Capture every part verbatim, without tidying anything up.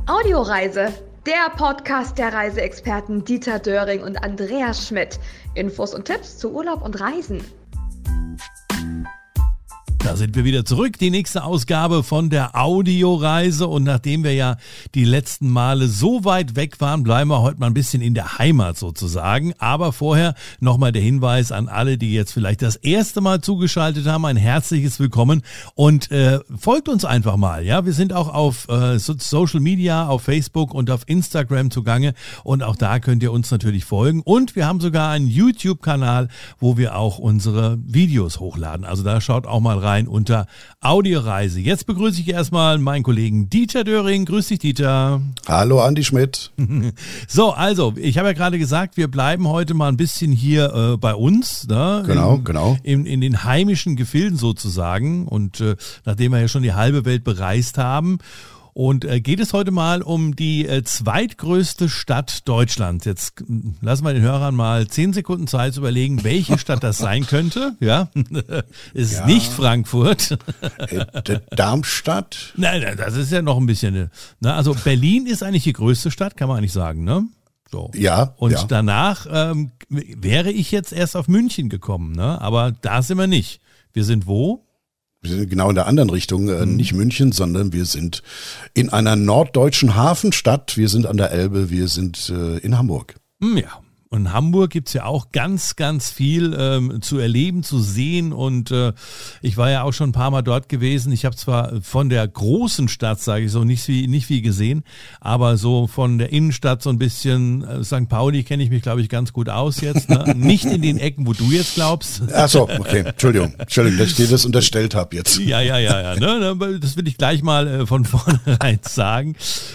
Audioreise, der Podcast der Reiseexperten Dieter Döring und Andreas Schmidt. Infos und Tipps zu Urlaub und Reisen. Da sind wir wieder zurück, die nächste Ausgabe von der Audioreise, und nachdem wir ja die letzten Male so weit weg waren, bleiben wir heute mal ein bisschen in der Heimat sozusagen. Aber vorher nochmal der Hinweis an alle, die jetzt vielleicht das erste Mal zugeschaltet haben, ein herzliches Willkommen und äh, folgt uns einfach mal. Ja, wir sind auch auf äh, Social Media, auf Facebook und auf Instagram zugange, und auch da könnt ihr uns natürlich folgen, und wir haben sogar einen YouTube-Kanal, wo wir auch unsere Videos hochladen. Also da schaut auch mal rein unter Audioreise. Jetzt begrüße ich erstmal meinen Kollegen Dieter Döring. Grüß dich, Dieter. Hallo, Andi Schmidt. So, also, ich habe ja gerade gesagt, wir bleiben heute mal ein bisschen hier äh, bei uns. Ne? Genau, in, genau. In, in den heimischen Gefilden sozusagen. Und äh, nachdem wir ja schon die halbe Welt bereist haben, Und äh, geht es heute mal um die äh, zweitgrößte Stadt Deutschlands. Jetzt äh, lassen wir den Hörern mal zehn Sekunden Zeit zu überlegen, welche Stadt das sein könnte. Ja, es ist ja. nicht Frankfurt. Äh, Darmstadt? Nein, nein, das ist ja noch ein bisschen. Ne? Also Berlin ist eigentlich die größte Stadt, kann man eigentlich sagen, ne? So. Ja. Und ja. danach ähm, wäre ich jetzt erst auf München gekommen, ne? Aber da sind wir nicht. Wir sind wo? Wir sind genau in der anderen Richtung, äh, nicht München, sondern wir sind in einer norddeutschen Hafenstadt. Wir sind an der Elbe, wir sind äh, in Hamburg. Ja, und in Hamburg gibt's ja auch ganz, ganz viel ähm, zu erleben, zu sehen, und äh, ich war ja auch schon ein paar Mal dort gewesen. Ich habe zwar von der großen Stadt, sage ich so, nicht viel, nicht viel gesehen, aber so von der Innenstadt so ein bisschen, äh, Sankt Pauli kenne ich mich, glaube ich, ganz gut aus jetzt. Ne? Nicht in den Ecken, wo du jetzt glaubst. Ach so, okay, Entschuldigung, Entschuldigung, dass ich dir das unterstellt habe jetzt. Ja, ja, ja, ja. Ne? Das will ich gleich mal äh, von vornherein sagen.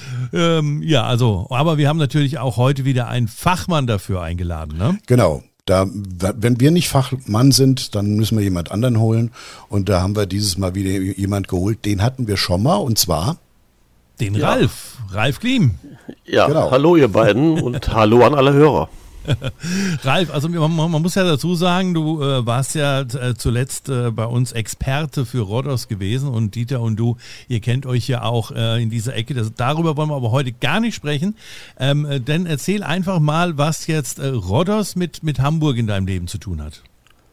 Ähm, ja, also, aber wir haben natürlich auch heute wieder einen Fachmann dafür eingeladen, ne? Genau. Da, wenn wir nicht Fachmann sind, dann müssen wir jemand anderen holen. Und da haben wir dieses Mal wieder jemand geholt. Den hatten wir schon mal, und zwar den ja. Ralf, Ralf Klim. Ja, genau. Hallo ihr beiden und hallo an alle Hörer. Ralf, also man, man muss ja dazu sagen, du äh, warst ja äh, zuletzt äh, bei uns Experte für Rhodos gewesen, und Dieter und du, ihr kennt euch ja auch äh, in dieser Ecke. Das, darüber wollen wir aber heute gar nicht sprechen, ähm, äh, denn erzähl einfach mal, was jetzt äh, Rhodos mit, mit Hamburg in deinem Leben zu tun hat.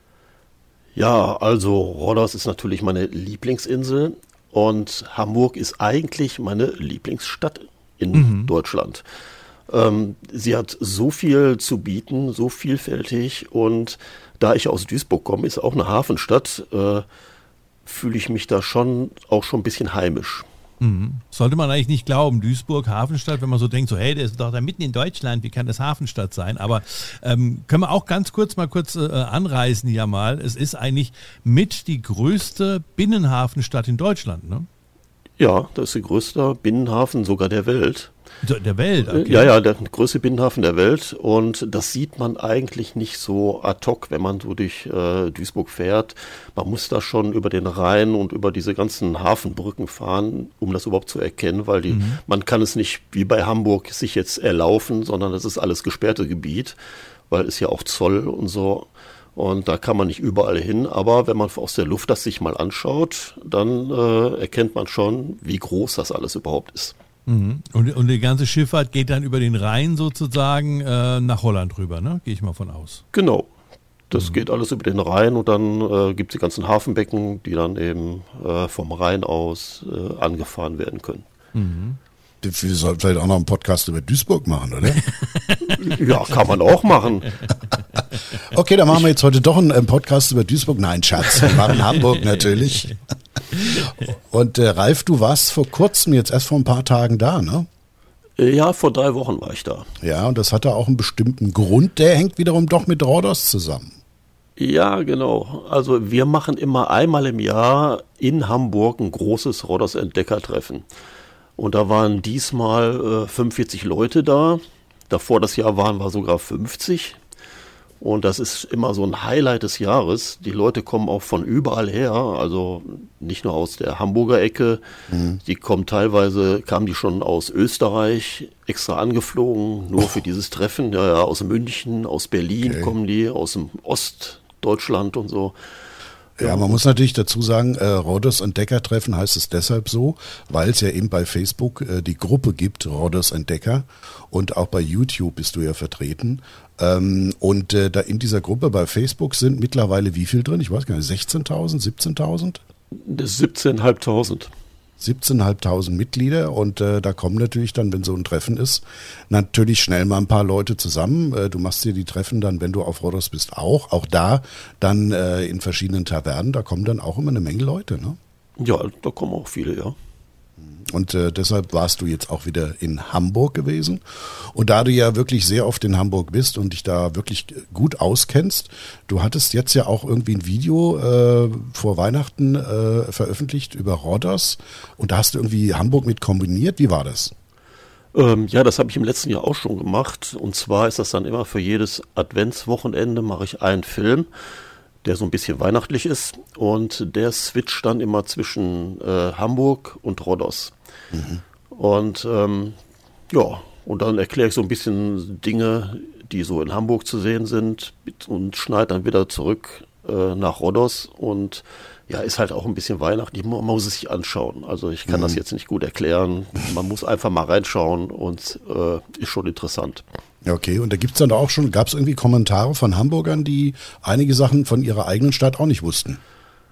Ja, also Rhodos ist natürlich meine Lieblingsinsel, und Hamburg ist eigentlich meine Lieblingsstadt in mhm. Deutschland. Ähm, sie hat so viel zu bieten, so vielfältig, und da ich aus Duisburg komme, ist auch eine Hafenstadt, äh, fühle ich mich da schon auch schon ein bisschen heimisch. Mhm. Sollte man eigentlich nicht glauben, Duisburg, Hafenstadt, wenn man so denkt, so hey, der ist doch da mitten in Deutschland, wie kann das Hafenstadt sein? Aber ähm, können wir auch ganz kurz mal kurz äh, anreißen hier mal, es ist eigentlich mit die größte Binnenhafenstadt in Deutschland, ne? Ja, das ist der größte Binnenhafen sogar der Welt. Der Welt? Okay. Ja, ja, der größte Binnenhafen der Welt, und das sieht man eigentlich nicht so ad hoc, wenn man so durch äh, Duisburg fährt. Man muss da schon über den Rhein und über diese ganzen Hafenbrücken fahren, um das überhaupt zu erkennen, weil die, mhm. man kann es nicht wie bei Hamburg sich jetzt erlaufen, sondern das ist alles gesperrte Gebiet, weil es ja auch Zoll und so. Und da kann man nicht überall hin, aber wenn man aus der Luft das sich mal anschaut, dann äh, erkennt man schon, wie groß das alles überhaupt ist. Mhm. Und, und die ganze Schifffahrt geht dann über den Rhein sozusagen äh, nach Holland rüber, ne? Gehe ich mal von aus. Genau. Das mhm. geht alles über den Rhein, und dann äh, gibt es die ganzen Hafenbecken, die dann eben äh, vom Rhein aus äh, angefahren werden können. Mhm. Wir sollten vielleicht auch noch einen Podcast über Duisburg machen, oder? Ja, kann man auch machen. Okay, dann machen wir jetzt heute doch einen Podcast über Duisburg. Nein, Schatz, wir machen Hamburg natürlich. Und äh, Ralf, du warst vor kurzem, jetzt erst vor ein paar Tagen da, ne? Ja, vor drei Wochen war ich da. Ja, und das hatte auch einen bestimmten Grund, der hängt wiederum doch mit Rhodos zusammen. Ja, genau. Also wir machen immer einmal im Jahr in Hamburg ein großes Rhodos-Entdeckertreffen. Und da waren diesmal äh, fünfundvierzig Leute da. Davor das Jahr waren wir sogar fünfzig. Und das ist immer so ein Highlight des Jahres. Die Leute kommen auch von überall her, also nicht nur aus der Hamburger Ecke. Mhm. Die kommen teilweise, kamen die schon aus Österreich extra angeflogen, nur oh. für dieses Treffen. Ja, ja, aus München, aus Berlin okay. kommen die, aus dem Ostdeutschland und so. Ja, man muss natürlich dazu sagen, äh, Rhodos Entdecker-Treffen heißt es deshalb so, weil es ja eben bei Facebook äh, die Gruppe gibt, Rhodos Entdecker, und auch bei YouTube bist du ja vertreten. Ähm, und äh, da in dieser Gruppe bei Facebook sind mittlerweile wie viel drin? Ich weiß gar nicht, sechzehntausend, siebzehntausend? siebzehntausendfünfhundert. siebzehntausendfünfhundert Mitglieder und äh, da kommen natürlich dann, wenn so ein Treffen ist, natürlich schnell mal ein paar Leute zusammen. Äh, du machst dir die Treffen dann, wenn du auf Rhodos bist, auch. Auch da dann äh, in verschiedenen Tavernen, da kommen dann auch immer eine Menge Leute, ne? Ja, da kommen auch viele, ja. Und äh, deshalb warst du jetzt auch wieder in Hamburg gewesen. Und da du ja wirklich sehr oft in Hamburg bist und dich da wirklich gut auskennst, du hattest jetzt ja auch irgendwie ein Video äh, vor Weihnachten äh, veröffentlicht über Rhodos. Und da hast du irgendwie Hamburg mit kombiniert. Wie war das? Ähm, ja, das habe ich im letzten Jahr auch schon gemacht. Und zwar ist das dann immer für jedes Adventswochenende mache ich einen Film, der so ein bisschen weihnachtlich ist. Und der switcht dann immer zwischen äh, Hamburg und Rhodos. Mhm. Und ähm, ja, und dann erkläre ich so ein bisschen Dinge, die so in Hamburg zu sehen sind und schneide dann wieder zurück äh, nach Rhodos und ja, ist halt auch ein bisschen weihnachtlich. Man muss es sich anschauen. Also ich kann mhm. das jetzt nicht gut erklären. Man muss einfach mal reinschauen und äh, ist schon interessant. Okay, und da gibt's dann auch schon, gab es irgendwie Kommentare von Hamburgern, die einige Sachen von ihrer eigenen Stadt auch nicht wussten?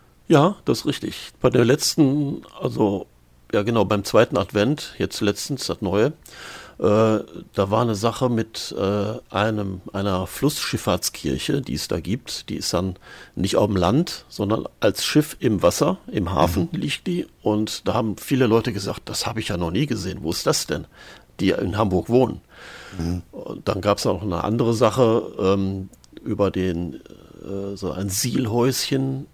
Ja, das ist richtig. Bei der letzten, also ja genau, beim zweiten Advent, jetzt letztens das neue, äh, da war eine Sache mit äh, einem einer Flussschifffahrtskirche, die es da gibt. Die ist dann nicht auf dem Land, sondern als Schiff im Wasser, im Hafen mhm. liegt die. Und da haben viele Leute gesagt, das habe ich ja noch nie gesehen. Wo ist das denn? Die in Hamburg wohnen. Mhm. Und dann gab es auch noch eine andere Sache ähm, über den äh, so ein Sielhäuschen.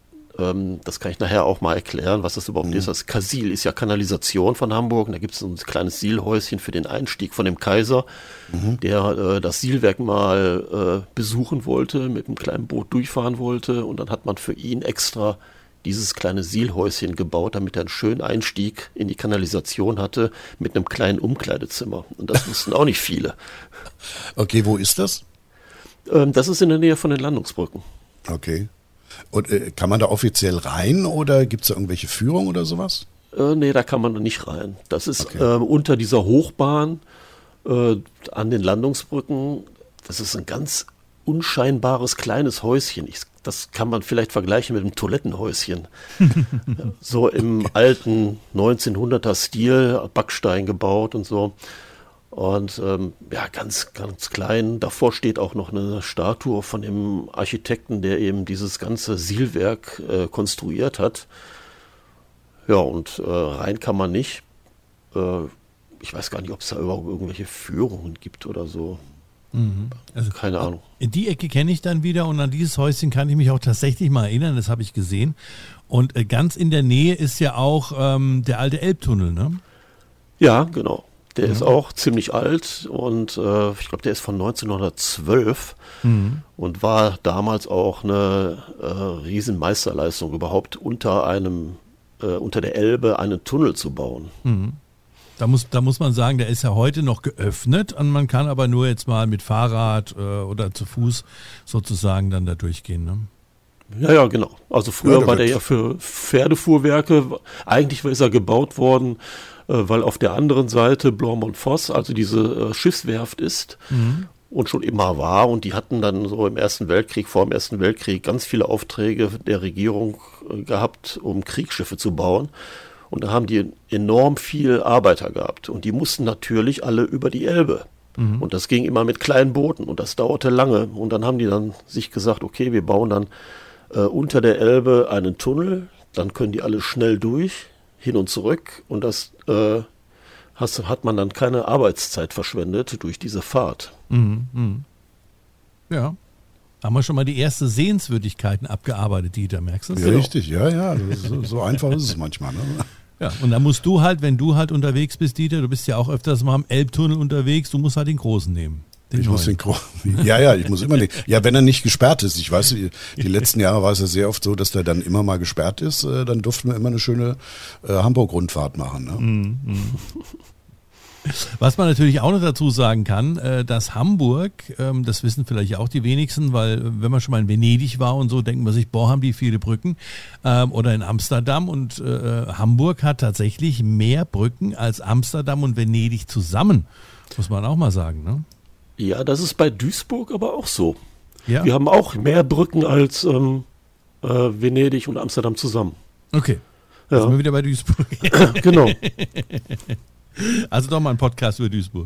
Ähm, das kann ich nachher auch mal erklären, was das überhaupt mhm. ist. Das Kasil ist ja Kanalisation von Hamburg. Und da gibt es so ein kleines Sielhäuschen für den Einstieg von dem Kaiser, mhm. der äh, das Sielwerk mal äh, besuchen wollte, mit einem kleinen Boot durchfahren wollte. Und dann hat man für ihn extra dieses kleine Sielhäuschen gebaut, damit er einen schönen Einstieg in die Kanalisation hatte mit einem kleinen Umkleidezimmer. Und das wussten auch nicht viele. Okay, wo ist das? Ähm, das ist in der Nähe von den Landungsbrücken. Okay. Und äh, kann man da offiziell rein oder gibt es da irgendwelche Führungen oder sowas? Äh, nee, da kann man nicht rein. Das ist okay. äh, unter dieser Hochbahn äh, an den Landungsbrücken. Das ist ein ganz unscheinbares kleines Häuschen. Ich, das kann man vielleicht vergleichen mit einem Toilettenhäuschen. So im alten neunzehnhunderter Stil, Backstein gebaut und so. Und ähm, ja, ganz, ganz klein. Davor steht auch noch eine Statue von dem Architekten, der eben dieses ganze Sielwerk äh, konstruiert hat. Ja, und äh, rein kann man nicht. Äh, ich weiß gar nicht, ob es da überhaupt irgendwelche Führungen gibt oder so. Mhm. Also, keine Ahnung. In die Ecke kenne ich dann wieder und an dieses Häuschen kann ich mich auch tatsächlich mal erinnern, das habe ich gesehen. Und äh, ganz in der Nähe ist ja auch ähm, der alte Elbtunnel, ne? Ja, genau. Der ja. ist auch ziemlich alt und äh, ich glaube, der ist von neunzehnhundertzwölf mhm. und war damals auch eine äh, Riesenmeisterleistung, überhaupt unter einem, äh, unter der Elbe einen Tunnel zu bauen. Mhm. Da muss, da muss man sagen, der ist ja heute noch geöffnet und man kann aber nur jetzt mal mit Fahrrad äh, oder zu Fuß sozusagen dann da durchgehen, ne? Ja, ja, genau. Also früher ja, war der ja für Pferdefuhrwerke, eigentlich ist er gebaut worden, äh, weil auf der anderen Seite Blanc-Montfosse, also diese äh, Schiffswerft ist mhm. und schon immer war und die hatten dann so im Ersten Weltkrieg, vor dem Ersten Weltkrieg ganz viele Aufträge der Regierung äh, gehabt, um Kriegsschiffe zu bauen. Und da haben die enorm viel Arbeiter gehabt. Und die mussten natürlich alle über die Elbe. Mhm. Und das ging immer mit kleinen Booten. Und das dauerte lange. Und dann haben die dann sich gesagt, okay, wir bauen dann äh, unter der Elbe einen Tunnel. Dann können die alle schnell durch, hin und zurück. Und das äh, has, hat man dann keine Arbeitszeit verschwendet durch diese Fahrt. Mhm. Mhm. Ja. Haben wir schon mal die erste Sehenswürdigkeiten abgearbeitet, Dieter, merkst du das? Ja, richtig, ja, ja. So, so einfach ist es manchmal, ne? Ja, und dann musst du halt, wenn du halt unterwegs bist, Dieter, du bist ja auch öfters mal am Elbtunnel unterwegs, du musst halt den großen nehmen. Den ich muss den großen, ja, ja, ich muss immer den, ja, wenn er nicht gesperrt ist. Ich weiß, die, die letzten Jahre war es ja sehr oft so, dass der dann immer mal gesperrt ist, dann durften wir immer eine schöne äh, Hamburg-Rundfahrt machen, ne? Mm, mm. Was man natürlich auch noch dazu sagen kann, äh, dass Hamburg, ähm, das wissen vielleicht auch die wenigsten, weil äh, wenn man schon mal in Venedig war und so, denkt man sich, boah, haben die viele Brücken. Ähm, oder in Amsterdam, und äh, Hamburg hat tatsächlich mehr Brücken als Amsterdam und Venedig zusammen, muss man auch mal sagen, ne? Ja, das ist bei Duisburg aber auch so. Ja? Wir haben auch mehr Brücken als ähm, äh, Venedig und Amsterdam zusammen. Okay, Ja. jetzt sind wir wieder bei Duisburg. Genau. Also doch mal ein Podcast über Duisburg.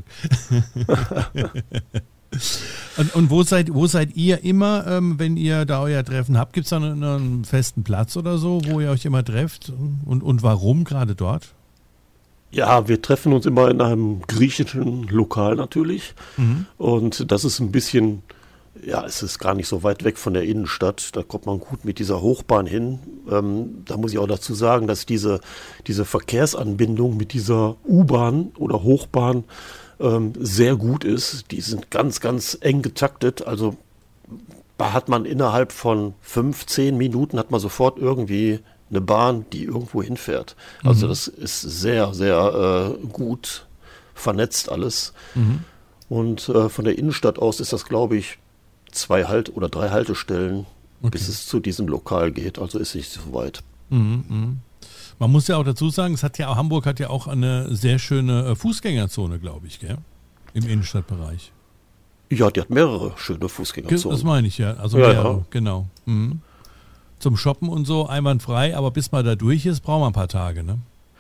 und, und wo seid, wo seid ihr immer, ähm, wenn ihr da euer Treffen habt? Gibt es da einen, einen festen Platz oder so, wo ihr euch immer trefft? Und, und warum gerade dort? Ja, wir treffen uns immer in einem griechischen Lokal natürlich. Mhm. Und das ist ein bisschen, ja, es ist gar nicht so weit weg von der Innenstadt. Da kommt man gut mit dieser Hochbahn hin. Ähm, da muss ich auch dazu sagen, dass diese, diese Verkehrsanbindung mit dieser U-Bahn oder Hochbahn ähm, sehr gut ist. Die sind ganz, ganz eng getaktet. Also da hat man innerhalb von fünf, zehn Minuten hat man sofort irgendwie eine Bahn, die irgendwo hinfährt. Also Mhm. das ist sehr, sehr äh, gut vernetzt alles. Mhm. Und äh, von der Innenstadt aus ist das, glaube ich, zwei Halt- oder drei Haltestellen, Okay. bis es zu diesem Lokal geht. Also ist nicht so weit. Mhm, mhm. Man muss ja auch dazu sagen, es hat ja, Hamburg hat ja auch eine sehr schöne äh, Fußgängerzone, glaube ich, gell? Im Innenstadtbereich. Ja, die hat mehrere schöne Das Fußgängerzonen. meine ich ja. Also Ja, mehrere, ja. genau. Mhm. Zum Shoppen und so einwandfrei, aber bis man da durch ist, braucht man ein paar Tage, ne?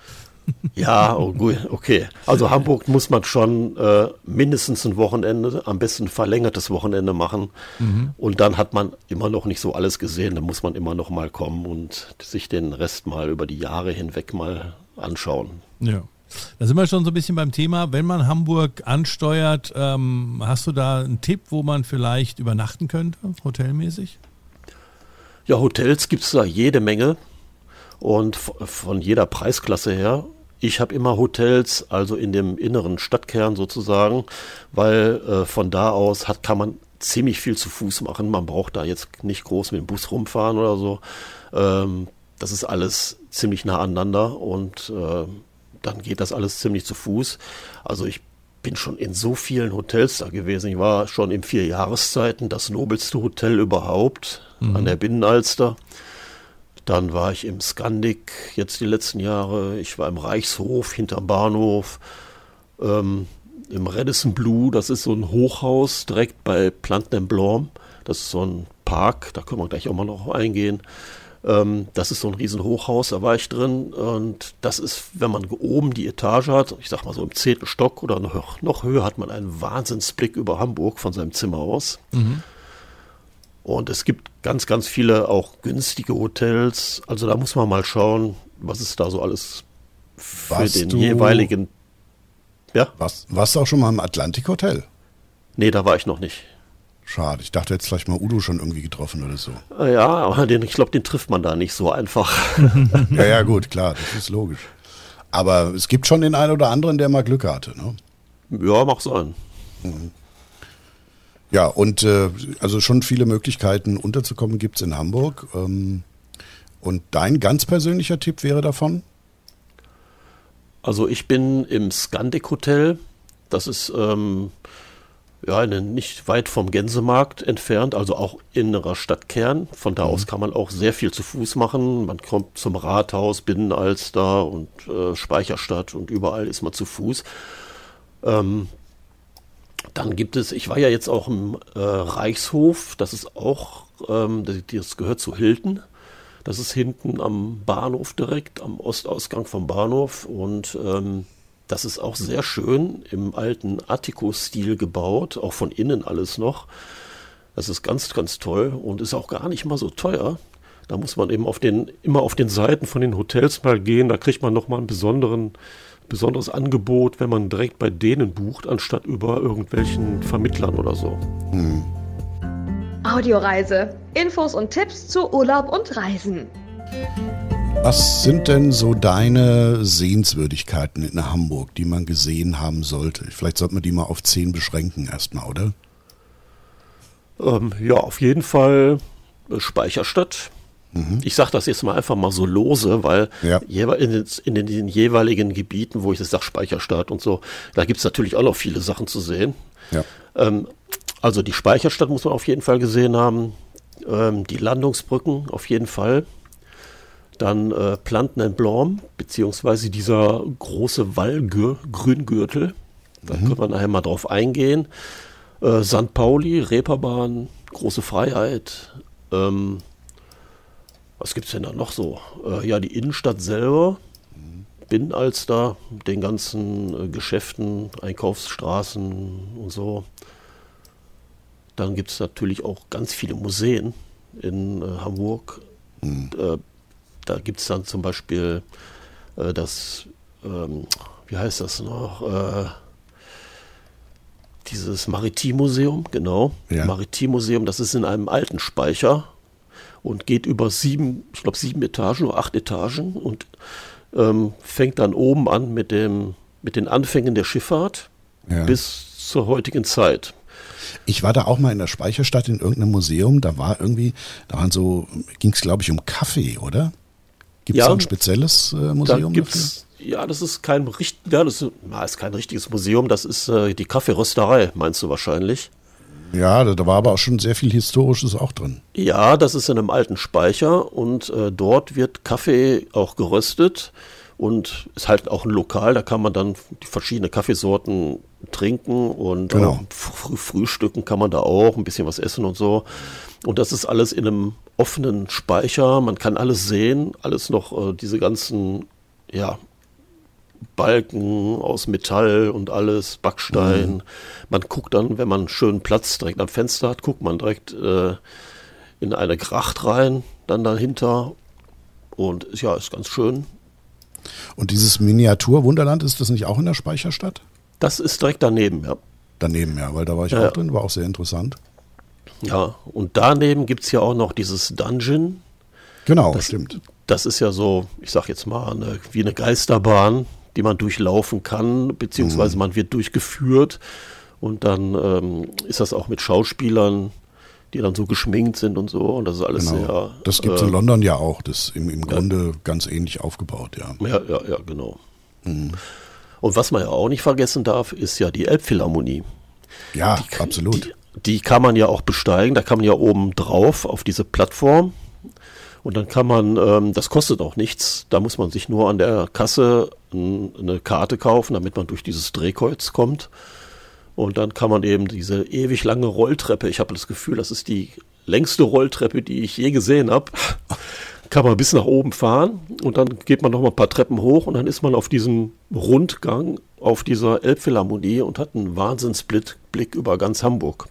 Ja, oh, gut, okay. Also Hamburg muss man schon äh, mindestens ein Wochenende, am besten ein verlängertes Wochenende machen. Mhm. Und dann hat man immer noch nicht so alles gesehen. Dann muss man immer noch mal kommen und sich den Rest mal über die Jahre hinweg mal anschauen. Ja. Da sind wir schon so ein bisschen beim Thema. Wenn man Hamburg ansteuert, ähm, hast du da einen Tipp, wo man vielleicht übernachten könnte, hotelmäßig? Ja, Hotels gibt es da jede Menge und v- von jeder Preisklasse her. Ich habe immer Hotels, also in dem inneren Stadtkern sozusagen, weil äh, von da aus hat, kann man ziemlich viel zu Fuß machen. Man braucht da jetzt nicht groß mit dem Bus rumfahren oder so. Ähm, das ist alles ziemlich nah aneinander und äh, dann geht das alles ziemlich zu Fuß. Also ich bin schon in so vielen Hotels da gewesen. Ich war schon in vier Jahreszeiten das nobelste Hotel überhaupt Mhm. an der Binnenalster. Dann war ich im Scandic jetzt die letzten Jahre. Ich war im Reichshof hinterm Bahnhof. Ähm, Im Radisson Blu, das ist so ein Hochhaus direkt bei Planten-en-Blanc. Das ist so ein Park, da können wir gleich auch mal noch eingehen. Ähm, das ist so ein riesen Hochhaus, da war ich drin. Und das ist, wenn man oben die Etage hat, ich sag mal so im zehnten Stock oder noch, noch höher, hat man einen Wahnsinnsblick über Hamburg von seinem Zimmer aus. Mhm. Und es gibt ganz, ganz viele auch günstige Hotels. Also da muss man mal schauen, was es da so alles für Warst den du- jeweiligen... Ja, Warst, warst du auch schon mal im Atlantik Hotel? nee, da war ich noch nicht. Schade, ich dachte jetzt vielleicht mal Udo schon irgendwie getroffen oder so. Ja, aber den, ich glaube, den trifft man da nicht so einfach. Ja, ja, gut, klar, das ist logisch. Aber es gibt schon den einen oder anderen, der mal Glück hatte, ne? Ja, mag sein. Ja, und äh, also schon viele Möglichkeiten unterzukommen gibt es in Hamburg. Ähm, und dein ganz persönlicher Tipp wäre davon? Also ich bin im Scandic Hotel. Das ist ähm, ja eine, nicht weit vom Gänsemarkt entfernt, also auch innerer Stadtkern. Von da aus kann man auch sehr viel zu Fuß machen. Man kommt zum Rathaus, Binnenalster und äh, Speicherstadt und überall ist man zu Fuß. Ähm, Dann gibt es, ich war ja jetzt auch im äh, Reichshof, das ist auch, ähm, das, das gehört zu Hilton. Das ist hinten am Bahnhof direkt, am Ostausgang vom Bahnhof. Und ähm, das ist auch sehr schön im alten Attico-Stil gebaut, auch von innen alles noch. Das ist ganz, ganz toll und ist auch gar nicht mal so teuer. Da muss man eben auf den, immer auf den Seiten von den Hotels mal gehen, da kriegt man nochmal einen besonderen besonderes Angebot, wenn man direkt bei denen bucht, anstatt über irgendwelchen Vermittlern oder so. Audioreise. Infos und Tipps zu Urlaub und Reisen. Was sind denn so deine Sehenswürdigkeiten in Hamburg, die man gesehen haben sollte? Vielleicht sollte man die mal auf zehn beschränken erstmal, oder? Ähm, ja, auf jeden Fall äh, Speicherstadt. Ich sage das jetzt mal einfach mal so lose, weil Ja. jewe- in, den, in den, den jeweiligen Gebieten, wo ich das sage, Speicherstadt und so, da gibt es natürlich auch noch viele Sachen zu sehen. Ja. Ähm, also die Speicherstadt muss man auf jeden Fall gesehen haben, ähm, die Landungsbrücken auf jeden Fall. Dann äh, Planten en Blanc, beziehungsweise dieser große Wallgrüngürtel. Da Mhm. können wir nachher mal drauf eingehen. Äh, Sankt Pauli, Reeperbahn, Große Freiheit. Ähm, was gibt es denn da noch so? Äh, ja, die Innenstadt selber. Binnenalster, den ganzen äh, Geschäften, Einkaufsstraßen und so. Dann gibt es natürlich auch ganz viele Museen in äh, Hamburg. Und, äh, da gibt es dann zum Beispiel äh, das, ähm, wie heißt das noch? Äh, dieses Maritimmuseum, genau. Ja. Maritimmuseum, das ist in einem alten Speicher und geht über sieben, ich glaube sieben Etagen oder acht Etagen und ähm, fängt dann oben an mit dem, mit den Anfängen der Schifffahrt Ja. bis zur heutigen Zeit. Ich war da auch mal in der Speicherstadt in irgendeinem Museum, da war irgendwie, da waren so, ging es glaube ich um Kaffee, oder? Gibt es Ja, da ein spezielles äh, Da Museum gibt's, ja, das ist kein richtig, ja, das ist, na, ist kein richtiges Museum, das ist äh, die Kaffeerösterei, meinst du wahrscheinlich? dafür? Ja, da, da war aber auch schon sehr viel Historisches auch drin. Ja, das ist in einem alten Speicher und äh, dort wird Kaffee auch geröstet und ist halt auch ein Lokal, da kann man dann die verschiedenen Kaffeesorten trinken und Genau. auch fr frühstücken kann man da auch, ein bisschen was essen und so. Und das ist alles in einem offenen Speicher, man kann alles sehen, alles noch äh, diese ganzen, ja, Balken aus Metall und alles, Backstein. Mhm. Man guckt dann, wenn man einen schönen Platz direkt am Fenster hat, guckt man direkt äh, in eine Gracht rein, dann dahinter. Und ja, ist ganz schön. Und dieses Miniatur-Wunderland, ist das nicht auch in der Speicherstadt? Das ist direkt daneben, ja. Daneben, ja, weil da war ich Ja, auch ja. drin, war auch sehr interessant. Ja, und daneben gibt es ja auch noch dieses Dungeon. Genau, Das- stimmt. Das ist ja so, ich sag jetzt mal, eine, wie eine Geisterbahn, die man durchlaufen kann, beziehungsweise man wird durchgeführt. Und dann ähm, ist das auch mit Schauspielern, die dann so geschminkt sind und so. Und das ist alles Genau. sehr. Das gibt es äh, in London ja auch, das im, im Grunde ganz ähnlich aufgebaut, ja. Ja, ja, ja, genau. Und was man ja auch nicht vergessen darf, ist ja die Elbphilharmonie. Ja, Die- absolut. Die, die kann man ja auch besteigen. Da kann man ja oben drauf auf diese Plattform. Und dann kann man, ähm, das kostet auch nichts. Da muss man sich nur an der Kasse n, eine Karte kaufen, damit man durch dieses Drehkreuz kommt. Und dann kann man eben diese ewig lange Rolltreppe, ich habe das Gefühl, das ist die längste Rolltreppe, die ich je gesehen habe, kann man bis nach oben fahren und dann geht man noch mal ein paar Treppen hoch und dann ist man auf diesem Rundgang auf dieser Elbphilharmonie und hat einen Wahnsinnsblick Blick über ganz Hamburg.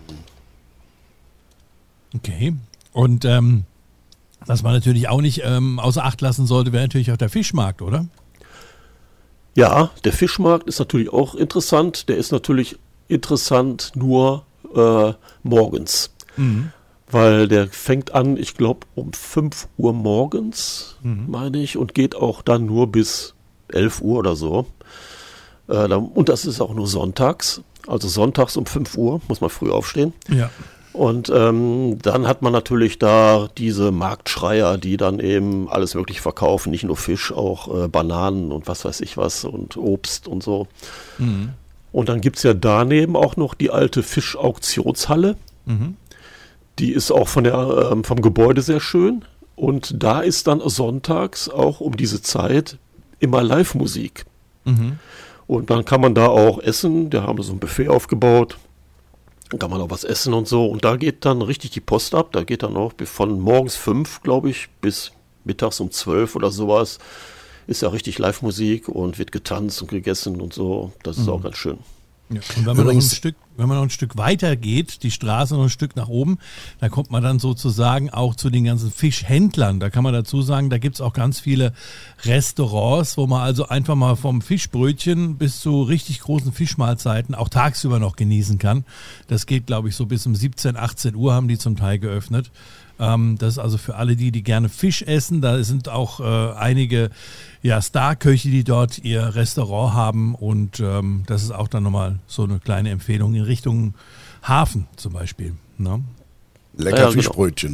Okay. Und ähm, was man natürlich auch nicht ähm, außer Acht lassen sollte, wäre natürlich auch der Fischmarkt, oder? Ja, der Fischmarkt ist natürlich auch interessant. Der ist natürlich interessant nur äh, morgens, weil der fängt an, ich glaube, um fünf Uhr morgens, meine ich, und geht auch dann nur bis elf Uhr oder so. Äh, da, und das ist auch nur sonntags. Also sonntags um fünf Uhr muss man früh aufstehen. Ja. Und ähm, dann hat man natürlich da diese Marktschreier, die dann eben alles wirklich verkaufen, nicht nur Fisch, auch äh, Bananen und was weiß ich was und Obst und so. Mhm. Und dann gibt es ja daneben auch noch die alte Fischauktionshalle. Mhm. Die ist auch von der, ähm, vom Gebäude sehr schön. Und da ist dann sonntags auch um diese Zeit immer Live-Musik. Mhm. Und dann kann man da auch essen. Da haben wir so ein Buffet aufgebaut. Dann kann man auch was essen und so. Und da geht dann richtig die Post ab. Da geht dann auch von morgens fünf, glaube ich, bis mittags um zwölf oder sowas. Ist ja richtig Live-Musik und wird getanzt und gegessen und so. Das ist auch ganz schön. Ja. Und wenn man, noch ein Übrigens- Stück, wenn man noch ein Stück weiter geht, die Straße noch ein Stück nach oben, da kommt man dann sozusagen auch zu den ganzen Fischhändlern. Da kann man dazu sagen, da gibt's auch ganz viele Restaurants, wo man also einfach mal vom Fischbrötchen bis zu richtig großen Fischmahlzeiten auch tagsüber noch genießen kann. Das geht, glaube ich, so bis um siebzehn, achtzehn Uhr haben die zum Teil geöffnet. Ähm, das ist also für alle die, die gerne Fisch essen. Da sind auch äh, einige ja, Starköche, die dort ihr Restaurant haben. Und ähm, das ist auch dann nochmal so eine kleine Empfehlung in Richtung Hafen zum Beispiel. Ne? Lecker Ja, genau. Fischbrötchen.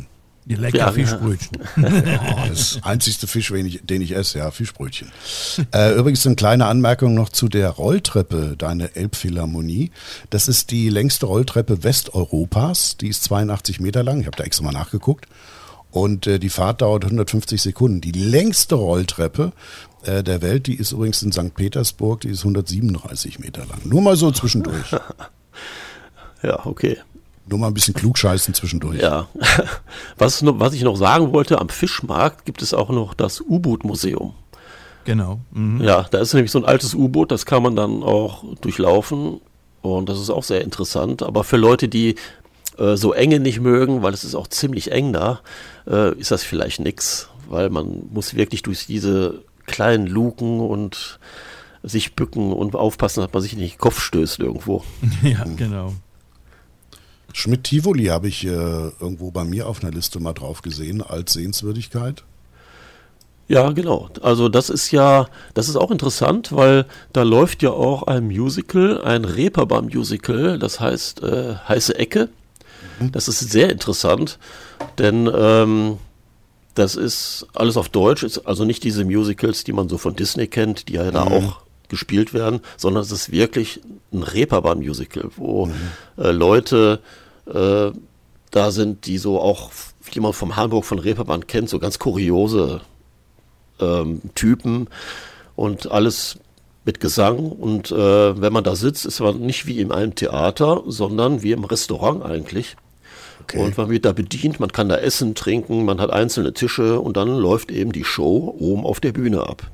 Die lecker Ja, Fischbrötchen. Oh, das einzigste Fisch, den ich, den ich esse, ja, Fischbrötchen. Äh, übrigens eine kleine Anmerkung noch zu der Rolltreppe, deine Elbphilharmonie. Das ist die längste Rolltreppe Westeuropas. Die ist zweiundachtzig Meter lang. Ich habe da extra mal nachgeguckt. Und äh, die Fahrt dauert hundertfünfzig Sekunden. Die längste Rolltreppe äh, der Welt, die ist übrigens in Sankt Petersburg, die ist hundertsiebenunddreißig Meter lang. Nur mal so zwischendurch. Ja, okay. Nur mal ein bisschen klugscheißen zwischendurch. Ja. Was, noch, was ich noch sagen wollte, am Fischmarkt gibt es auch noch das U-Boot-Museum. Genau. Mhm. Ja, da ist nämlich so ein altes U-Boot, das kann man dann auch durchlaufen und das ist auch sehr interessant. Aber für Leute, die äh, so Enge nicht mögen, weil es ist auch ziemlich eng da, äh, ist das vielleicht nix, weil man muss wirklich durch diese kleinen Luken und sich bücken und aufpassen, dass man sich nicht in den Kopf stößt irgendwo. Ja, genau. Schmidt-Tivoli habe ich äh, irgendwo bei mir auf einer Liste mal drauf gesehen als Sehenswürdigkeit. Ja, genau. Also das ist ja, das ist auch interessant, weil da läuft ja auch ein Musical, ein Reeperbahn-Musical, das heißt äh, Heiße Ecke. Mhm. Das ist sehr interessant, denn ähm, das ist alles auf Deutsch, ist also nicht diese Musicals, die man so von Disney kennt, die ja da Mhm. auch gespielt werden, sondern es ist wirklich ein Reeperbahn-Musical, wo mhm. äh, Leute äh, da sind, die so auch, wie man vom Hamburg von Reeperbahn kennt, so ganz kuriose ähm, Typen und alles mit Gesang. Und äh, wenn man da sitzt, ist man nicht wie in einem Theater, sondern wie im Restaurant eigentlich. Okay. Und man wird da bedient, man kann da essen, trinken, man hat einzelne Tische und dann läuft eben die Show oben auf der Bühne ab.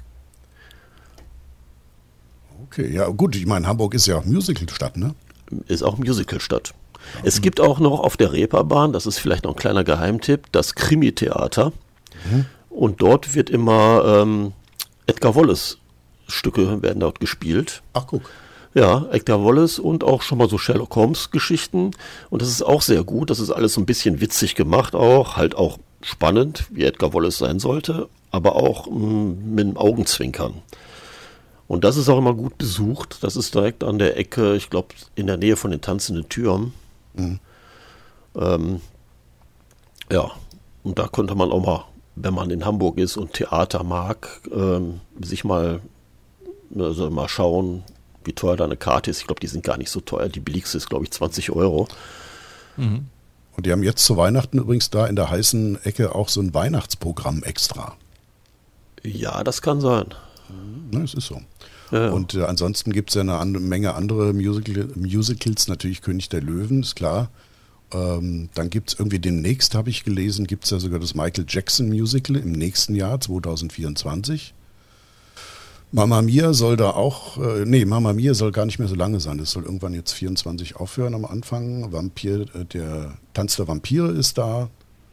Okay, ja gut, ich meine, Hamburg ist ja auch Musicalstadt, ne? Ist auch Musicalstadt. Es gibt auch noch auf der Reeperbahn, das ist vielleicht noch ein kleiner Geheimtipp, das Krimi-Theater. Mhm. Und dort wird immer ähm, Edgar Wallace Stücke werden dort gespielt. Ach, guck. Ja, Edgar Wallace und auch schon mal so Sherlock Holmes Geschichten. Und das ist auch sehr gut. Das ist alles so ein bisschen witzig gemacht auch. Halt auch spannend, wie Edgar Wallace sein sollte. Aber auch mh, mit dem Augenzwinkern. Und das ist auch immer gut besucht. Das ist direkt an der Ecke, ich glaube, in der Nähe von den Tanzenden Türmen. Mhm. Ähm, ja, und da könnte man auch mal, wenn man in Hamburg ist und Theater mag, ähm, sich mal, also mal schauen, wie teuer da eine Karte ist. Ich glaube, die sind gar nicht so teuer. Die billigste ist, glaube ich, zwanzig Euro. Mhm. Und die haben jetzt zu Weihnachten übrigens da in der heißen Ecke auch so ein Weihnachtsprogramm extra. Ja, das kann sein. Ne, es ist so. Ja, ja. Und äh, ansonsten gibt es ja eine an, Menge andere Musical, Musicals, natürlich König der Löwen, ist klar. Ähm, dann gibt es irgendwie demnächst, habe ich gelesen, gibt es ja sogar das Michael Jackson Musical im nächsten Jahr, zwanzig vierundzwanzig. Mamma Mia soll da auch, äh, nee, Mamma Mia soll gar nicht mehr so lange sein. Das soll irgendwann jetzt vierundzwanzig aufhören am Anfang. Vampir, äh, der Tanz der Vampire ist da.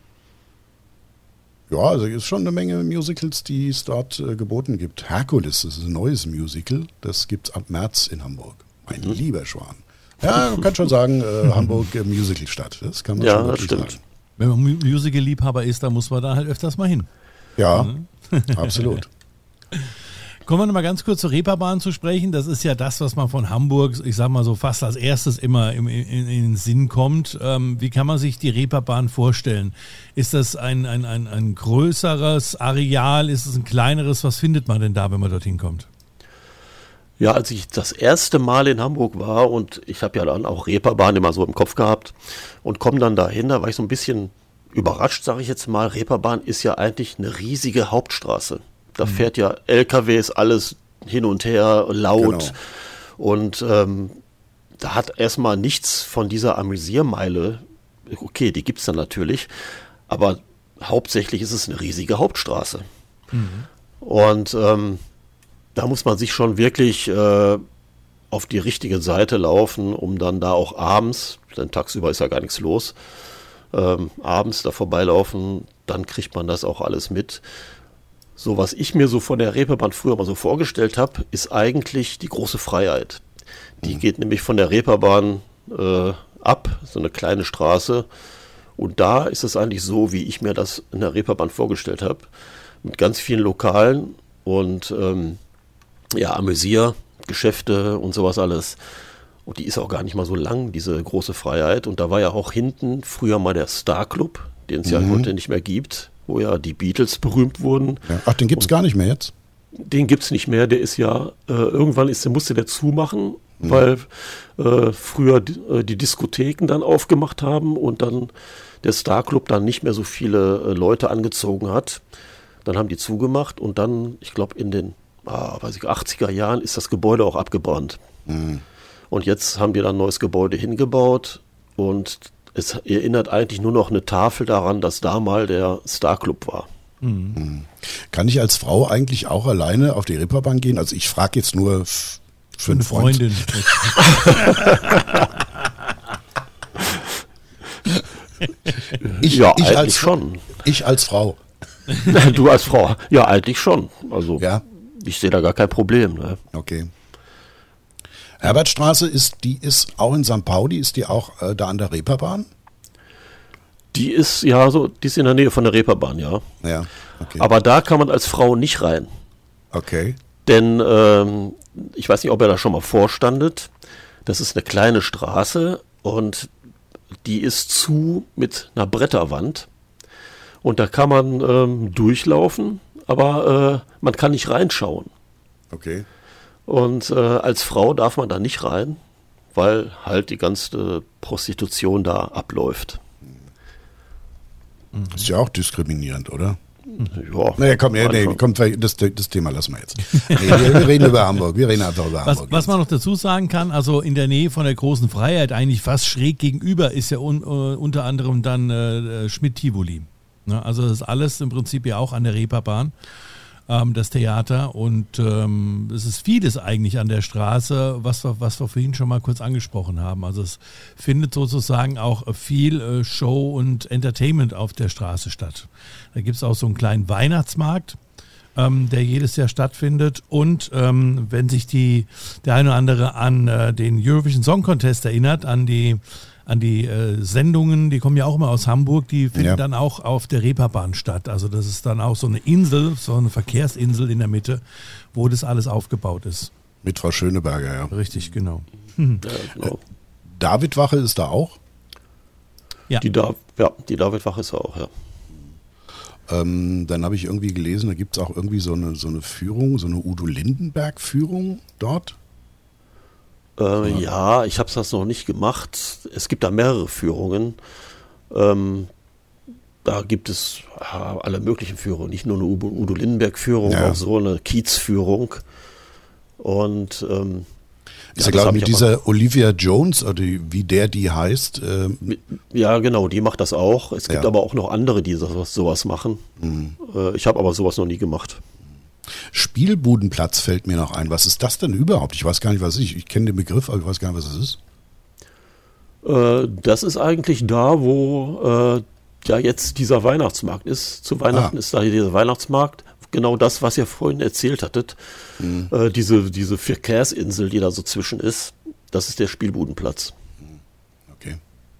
Ja, also es ist schon eine Menge Musicals, die es dort äh, geboten gibt. Herkules, das ist ein neues Musical, das gibt es ab März in Hamburg. Mein mhm. lieber Schwan. Ja, man kann schon sagen, äh, Hamburg äh, Musicalstadt, das kann man ja, schon wirklich das stimmt. sagen. Wenn man Musical-Liebhaber ist, dann muss man da halt öfters mal hin. Ja, absolut. Kommen wir noch mal ganz kurz zur Reeperbahn zu sprechen. Das ist ja das, was man von Hamburg, ich sag mal so fast als erstes immer im, in, in den Sinn kommt. Ähm, wie kann man sich die Reeperbahn vorstellen? Ist das ein, ein, ein, ein größeres Areal? Ist es ein kleineres? Was findet man denn da, wenn man dorthin kommt? Ja, als ich das erste Mal in Hamburg war und ich habe ja dann auch Reeperbahn immer so im Kopf gehabt und komme dann dahin, da war ich so ein bisschen überrascht, sage ich jetzt mal. Reeperbahn ist ja eigentlich eine riesige Hauptstraße. Da fährt ja L K Ws, alles hin und her, laut. Genau. Und ähm, da hat erstmal nichts von dieser Amüsiermeile. Okay, die gibt es dann natürlich. Aber hauptsächlich ist es eine riesige Hauptstraße. Mhm. Und ähm, da muss man sich schon wirklich äh, auf die richtige Seite laufen, um dann da auch abends, denn tagsüber ist ja gar nichts los, ähm, abends da vorbeilaufen, dann kriegt man das auch alles mit. So, was ich mir so von der Reeperbahn früher mal so vorgestellt habe, ist eigentlich die große Freiheit. Die mhm. geht nämlich von der Reeperbahn äh, ab, so eine kleine Straße. Und da ist es eigentlich so, wie ich mir das in der Reeperbahn vorgestellt habe. Mit ganz vielen Lokalen und ähm, ja, Amüsiergeschäfte und sowas alles. Und die ist auch gar nicht mal so lang, diese große Freiheit. Und da war ja auch hinten früher mal der Star Club. den es mhm. ja heute nicht mehr gibt, wo ja die Beatles berühmt wurden. Ja. Ach, den gibt es gar nicht mehr jetzt? Den gibt es nicht mehr, der ist ja, äh, irgendwann ist, der musste der zumachen, mhm. weil äh, früher die, äh, die Diskotheken dann aufgemacht haben und dann der Star Club dann nicht mehr so viele äh, Leute angezogen hat. Dann haben die zugemacht und dann, ich glaube in den ah, weiß ich, achtziger Jahren ist das Gebäude auch abgebrannt. Mhm. Und jetzt haben die dann ein neues Gebäude hingebaut und es erinnert eigentlich nur noch eine Tafel daran, dass da mal der Star Club war. Mhm. Kann ich als Frau eigentlich auch alleine auf die Reeperbahn gehen? Also ich frage jetzt nur f- für eine Freundin. ich, ja, ich eigentlich als, schon. Ich als Frau. Du als Frau. Ja, eigentlich schon. Also ja. Ich sehe da gar kein Problem. Ne? Okay. Herbertstraße ist, die ist auch in Sankt Pauli, ist die auch äh, da an der Reeperbahn? Die ist ja so, die ist in der Nähe von der Reeperbahn, ja. Ja, okay. Aber da kann man als Frau nicht rein. Okay. Denn ähm, ich weiß nicht, ob ihr da schon mal vorstandet. Das ist eine kleine Straße und die ist zu mit einer Bretterwand. Und da kann man ähm, durchlaufen, aber äh, man kann nicht reinschauen. Okay. Und äh, als Frau darf man da nicht rein, weil halt die ganze Prostitution da abläuft. Ist ja auch diskriminierend, oder? Ja. Naja, komm, ja, nee, komm, das, das Thema lassen wir jetzt. Nee, wir, wir reden über Hamburg, wir reden einfach über was, Hamburg. Was man noch dazu sagen kann, also in der Nähe von der Großen Freiheit, eigentlich fast schräg gegenüber, ist ja un, uh, unter anderem dann äh, Schmidt-Tivoli. Ne? Also das ist alles im Prinzip ja auch an der Reeperbahn. Das Theater und ähm, es ist vieles eigentlich an der Straße, was wir, was wir vorhin schon mal kurz angesprochen haben. Also es findet sozusagen auch viel äh, Show und Entertainment auf der Straße statt. Da gibt es auch so einen kleinen Weihnachtsmarkt, ähm, der jedes Jahr stattfindet und ähm, wenn sich die der eine oder andere an äh, den Eurovision Song Contest erinnert, an die an die äh, Sendungen, die kommen ja auch immer aus Hamburg, die finden ja dann auch auf der Reeperbahn statt. Also das ist dann auch so eine Insel, so eine Verkehrsinsel in der Mitte, wo das alles aufgebaut ist. Mit Frau Schöneberger, ja. Richtig, genau. Hm. Ja, genau. Äh, Davidwache ist da auch? Ja. Die, da- ja, die Davidwache ist auch, ja. Ähm, dann habe ich irgendwie gelesen, da gibt es auch irgendwie so eine, so eine Führung, so eine Udo Lindenberg-Führung dort. Äh, ja, ich habe das noch nicht gemacht. Es gibt da mehrere Führungen. Ähm, da gibt es ja, alle möglichen Führungen, nicht nur eine Udo, Udo Lindenberg-Führung, ja. auch so eine Kiez-Führung. Und ähm, ist ja, glaube ich, mit dieser Olivia Jones, oder wie der die heißt. Ähm, ja, genau, die macht das auch. Es gibt ja. aber auch noch andere, die sowas, sowas machen. Mhm. Äh, ich habe aber sowas noch nie gemacht. Spielbudenplatz fällt mir noch ein. Was ist das denn überhaupt? Ich weiß gar nicht, was ich. Ich kenne den Begriff, aber ich weiß gar nicht, was es ist. Äh, das ist eigentlich da, wo äh, ja jetzt dieser Weihnachtsmarkt ist. Zu Weihnachten ah. ist da dieser Weihnachtsmarkt. Genau das, was ihr vorhin erzählt hattet. Mhm. Äh, diese, diese Verkehrsinsel, die da so zwischen ist, das ist der Spielbudenplatz. Okay.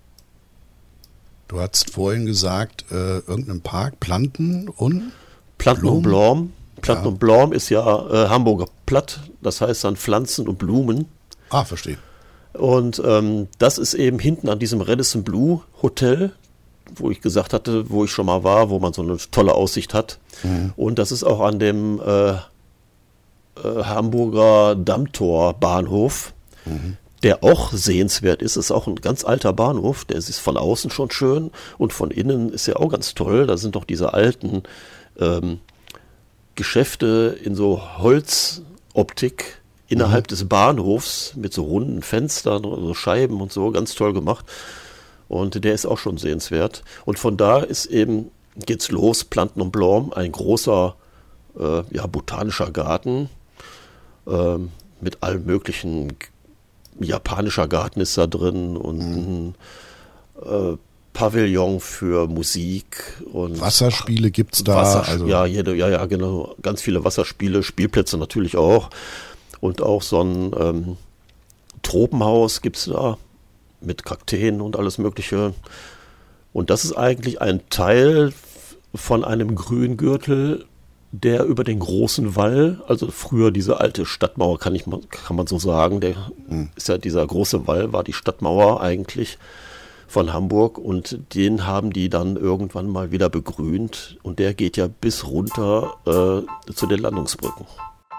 Du hast vorhin gesagt, äh, irgendein Park, Planten und Planten Blumen? und Blom. Planten Ja. und Blom ist ja äh, Hamburger Platt, das heißt dann Pflanzen und Blumen. Ah, verstehe. Und ähm, das ist eben hinten an diesem Radisson Blu Hotel, wo ich gesagt hatte, wo ich schon mal war, wo man so eine tolle Aussicht hat. Mhm. Und das ist auch an dem äh, äh, Hamburger Dammtor Bahnhof, mhm. der auch sehenswert ist. Ist auch ein ganz alter Bahnhof, der ist von außen schon schön und von innen ist ja auch ganz toll. Da sind doch diese alten ähm, Geschäfte in so Holzoptik innerhalb mhm. des Bahnhofs mit so runden Fenstern und so Scheiben und so, ganz toll gemacht. Und der ist auch schon sehenswert. Und von da ist eben, geht's los, Planten und Blom, ein großer äh, ja, botanischer Garten äh, mit allen möglichen, japanischer Garten ist da drin und mhm. ein äh, Pavillon für Musik und Wasserspiele gibt's da. Wassersch- also ja, jede, ja, ja, genau. Ganz viele Wasserspiele, Spielplätze natürlich auch. Und auch so ein ähm, Tropenhaus gibt's da mit Kakteen und alles Mögliche. Und das ist eigentlich ein Teil von einem Grüngürtel, der über den großen Wall, also früher diese alte Stadtmauer, kann, ich, kann man so sagen, der mhm. ist ja dieser große Wall, war die Stadtmauer eigentlich. von Hamburg und den haben die dann irgendwann mal wieder begrünt und der geht ja bis runter äh, zu den Landungsbrücken.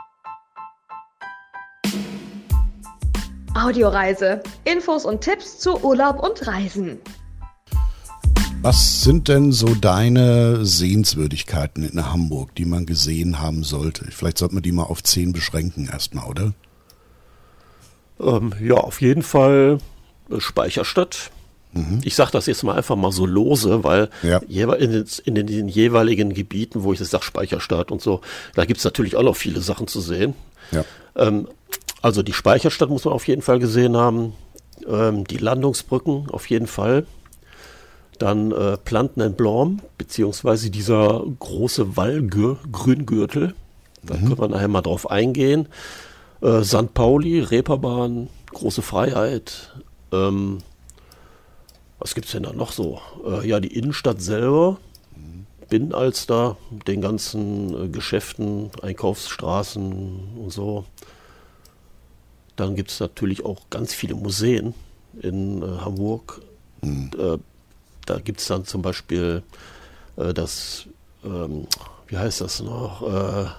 Audioreise. Infos und Tipps zu Urlaub und Reisen. Was sind denn so deine Sehenswürdigkeiten in Hamburg, die man gesehen haben sollte? Vielleicht sollte man die mal auf zehn beschränken erstmal, oder? Ähm, ja, auf jeden Fall Speicherstadt. Mhm. Ich sage das jetzt mal einfach mal so lose, weil Ja. in, den, in den, den jeweiligen Gebieten, wo ich das sage, Speicherstadt und so, da gibt es natürlich auch noch viele Sachen zu sehen. Ja. Ähm, also die Speicherstadt muss man auf jeden Fall gesehen haben, ähm, die Landungsbrücken auf jeden Fall. Dann äh, Planten en Blanc, beziehungsweise dieser große Wallgrüngürtel. Da Mhm. können wir nachher mal drauf eingehen. Äh, Sankt Pauli, Reeperbahn, Große Freiheit. Ähm, was gibt es denn da noch so? Äh, ja, die Innenstadt selber. Binnenalster, den ganzen äh, Geschäften, Einkaufsstraßen und so. Dann gibt es natürlich auch ganz viele Museen in äh, Hamburg. Mhm. Äh, da gibt es dann zum Beispiel äh, das, ähm, wie heißt das noch, äh,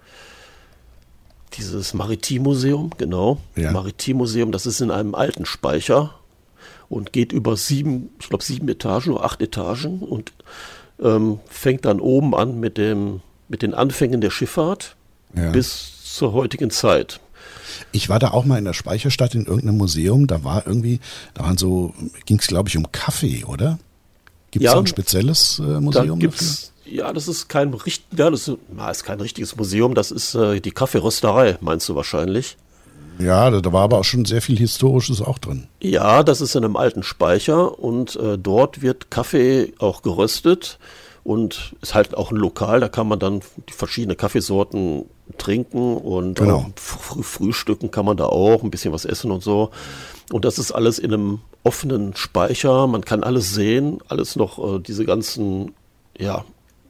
dieses Maritimmuseum, genau. Ja. Maritimmuseum, das ist in einem alten Speicher und geht über sieben, ich glaube sieben Etagen oder acht Etagen und ähm, fängt dann oben an mit dem, mit den Anfängen der Schifffahrt Ja. bis zur heutigen Zeit. Ich war da auch mal in der Speicherstadt in irgendeinem Museum, da war irgendwie, da waren so, ging es glaube ich um Kaffee, oder? Gibt es Ja, da ein spezielles äh, Da Museum gibt's, ja, das ist kein richtig, ja, das ist, na, ist kein richtiges Museum, das ist äh, die Kaffeerösterei, meinst du wahrscheinlich? dafür? Ja, da, da war aber auch schon sehr viel Historisches auch drin. Ja, das ist in einem alten Speicher und äh, dort wird Kaffee auch geröstet und ist halt auch ein Lokal, da kann man dann die verschiedene Kaffeesorten trinken und Genau. auch früh, frühstücken kann man da auch, ein bisschen was essen und so. Und das ist alles in einem offenen Speicher, man kann alles sehen, alles noch äh, diese ganzen, ja,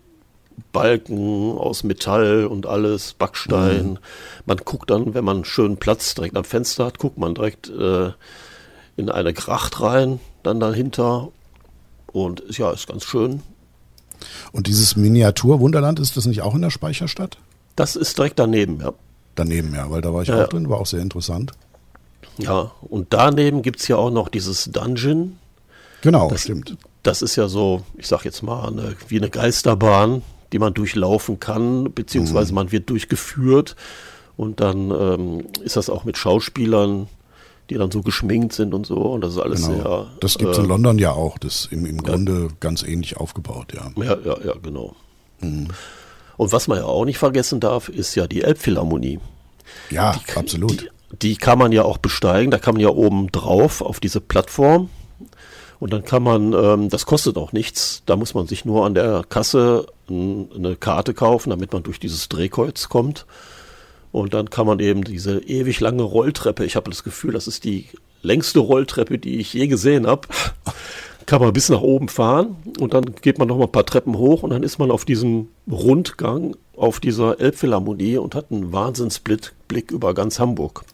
Balken aus Metall und alles, Backstein. Mhm. Man guckt dann, wenn man einen schönen Platz direkt am Fenster hat, guckt man direkt äh, in eine Gracht rein, dann dahinter. Und ja, ist ganz schön. Und dieses Miniatur-Wunderland, ist das nicht auch in der Speicherstadt? Das ist direkt daneben, ja. Daneben, ja, weil da war ich Ja, auch ja. drin, war auch sehr interessant. Ja, und daneben gibt es ja auch noch dieses Dungeon. Genau, Das- stimmt. Das ist ja so, ich sag jetzt mal, eine, wie eine Geisterbahn, die man durchlaufen kann, beziehungsweise Mhm. man wird durchgeführt und dann ähm, ist das auch mit Schauspielern, die dann so geschminkt sind und so und das ist alles Genau. sehr... Das gibt es äh, in London ja auch, das im, im Grunde ganz ähnlich aufgebaut, ja. Ja, ja, ja, genau. Mhm. Und was man ja auch nicht vergessen darf, ist ja die Elbphilharmonie. Ja, Die- absolut. Die, die kann man ja auch besteigen, da kann man ja oben drauf auf diese Plattform und dann kann man, ähm, das kostet auch nichts, da muss man sich nur an der Kasse n, eine Karte kaufen, damit man durch dieses Drehkreuz kommt und dann kann man eben diese ewig lange Rolltreppe, ich habe das Gefühl, das ist die längste Rolltreppe, die ich je gesehen habe, kann man bis nach oben fahren und dann geht man noch mal ein paar Treppen hoch und dann ist man auf diesem Rundgang auf dieser Elbphilharmonie und hat einen Wahnsinnsblick Blick über ganz Hamburg.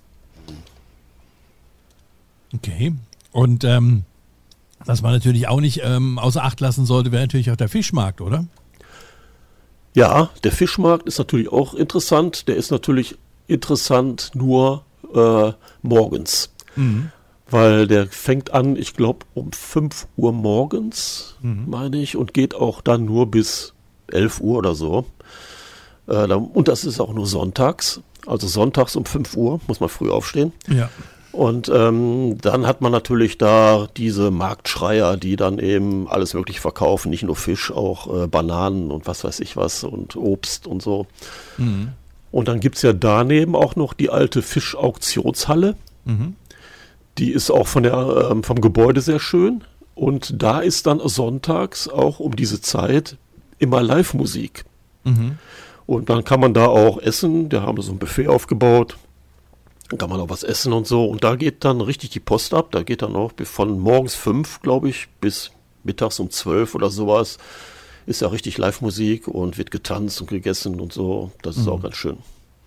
Okay. Und ähm, was man natürlich auch nicht ähm, außer Acht lassen sollte, wäre natürlich auch der Fischmarkt, oder? Ja, der Fischmarkt ist natürlich auch interessant. Der ist natürlich interessant nur äh, morgens, Mhm. weil der fängt an, ich glaube, um fünf Uhr morgens, meine ich, und geht auch dann nur bis elf Uhr oder so. Äh, da- und das ist auch nur sonntags. Also sonntags um fünf Uhr muss man früh aufstehen. Ja. Und ähm, dann hat man natürlich da diese Marktschreier, die dann eben alles wirklich verkaufen, nicht nur Fisch, auch äh, Bananen und was weiß ich was und Obst und so. Mhm. Und dann gibt's ja daneben auch noch die alte Fischauktionshalle. Mhm. Die ist auch von der, ähm, vom Gebäude sehr schön. Und da ist dann sonntags auch um diese Zeit immer Live-Musik. Mhm. Und dann kann man da auch essen. Da haben wir so ein Buffet aufgebaut. Dann kann man auch was essen und so. Und da geht dann richtig die Post ab. Da geht dann auch von morgens fünf, glaube ich, bis mittags um zwölf oder sowas. Ist ja richtig Live-Musik und wird getanzt und gegessen und so. Das ist auch ganz schön.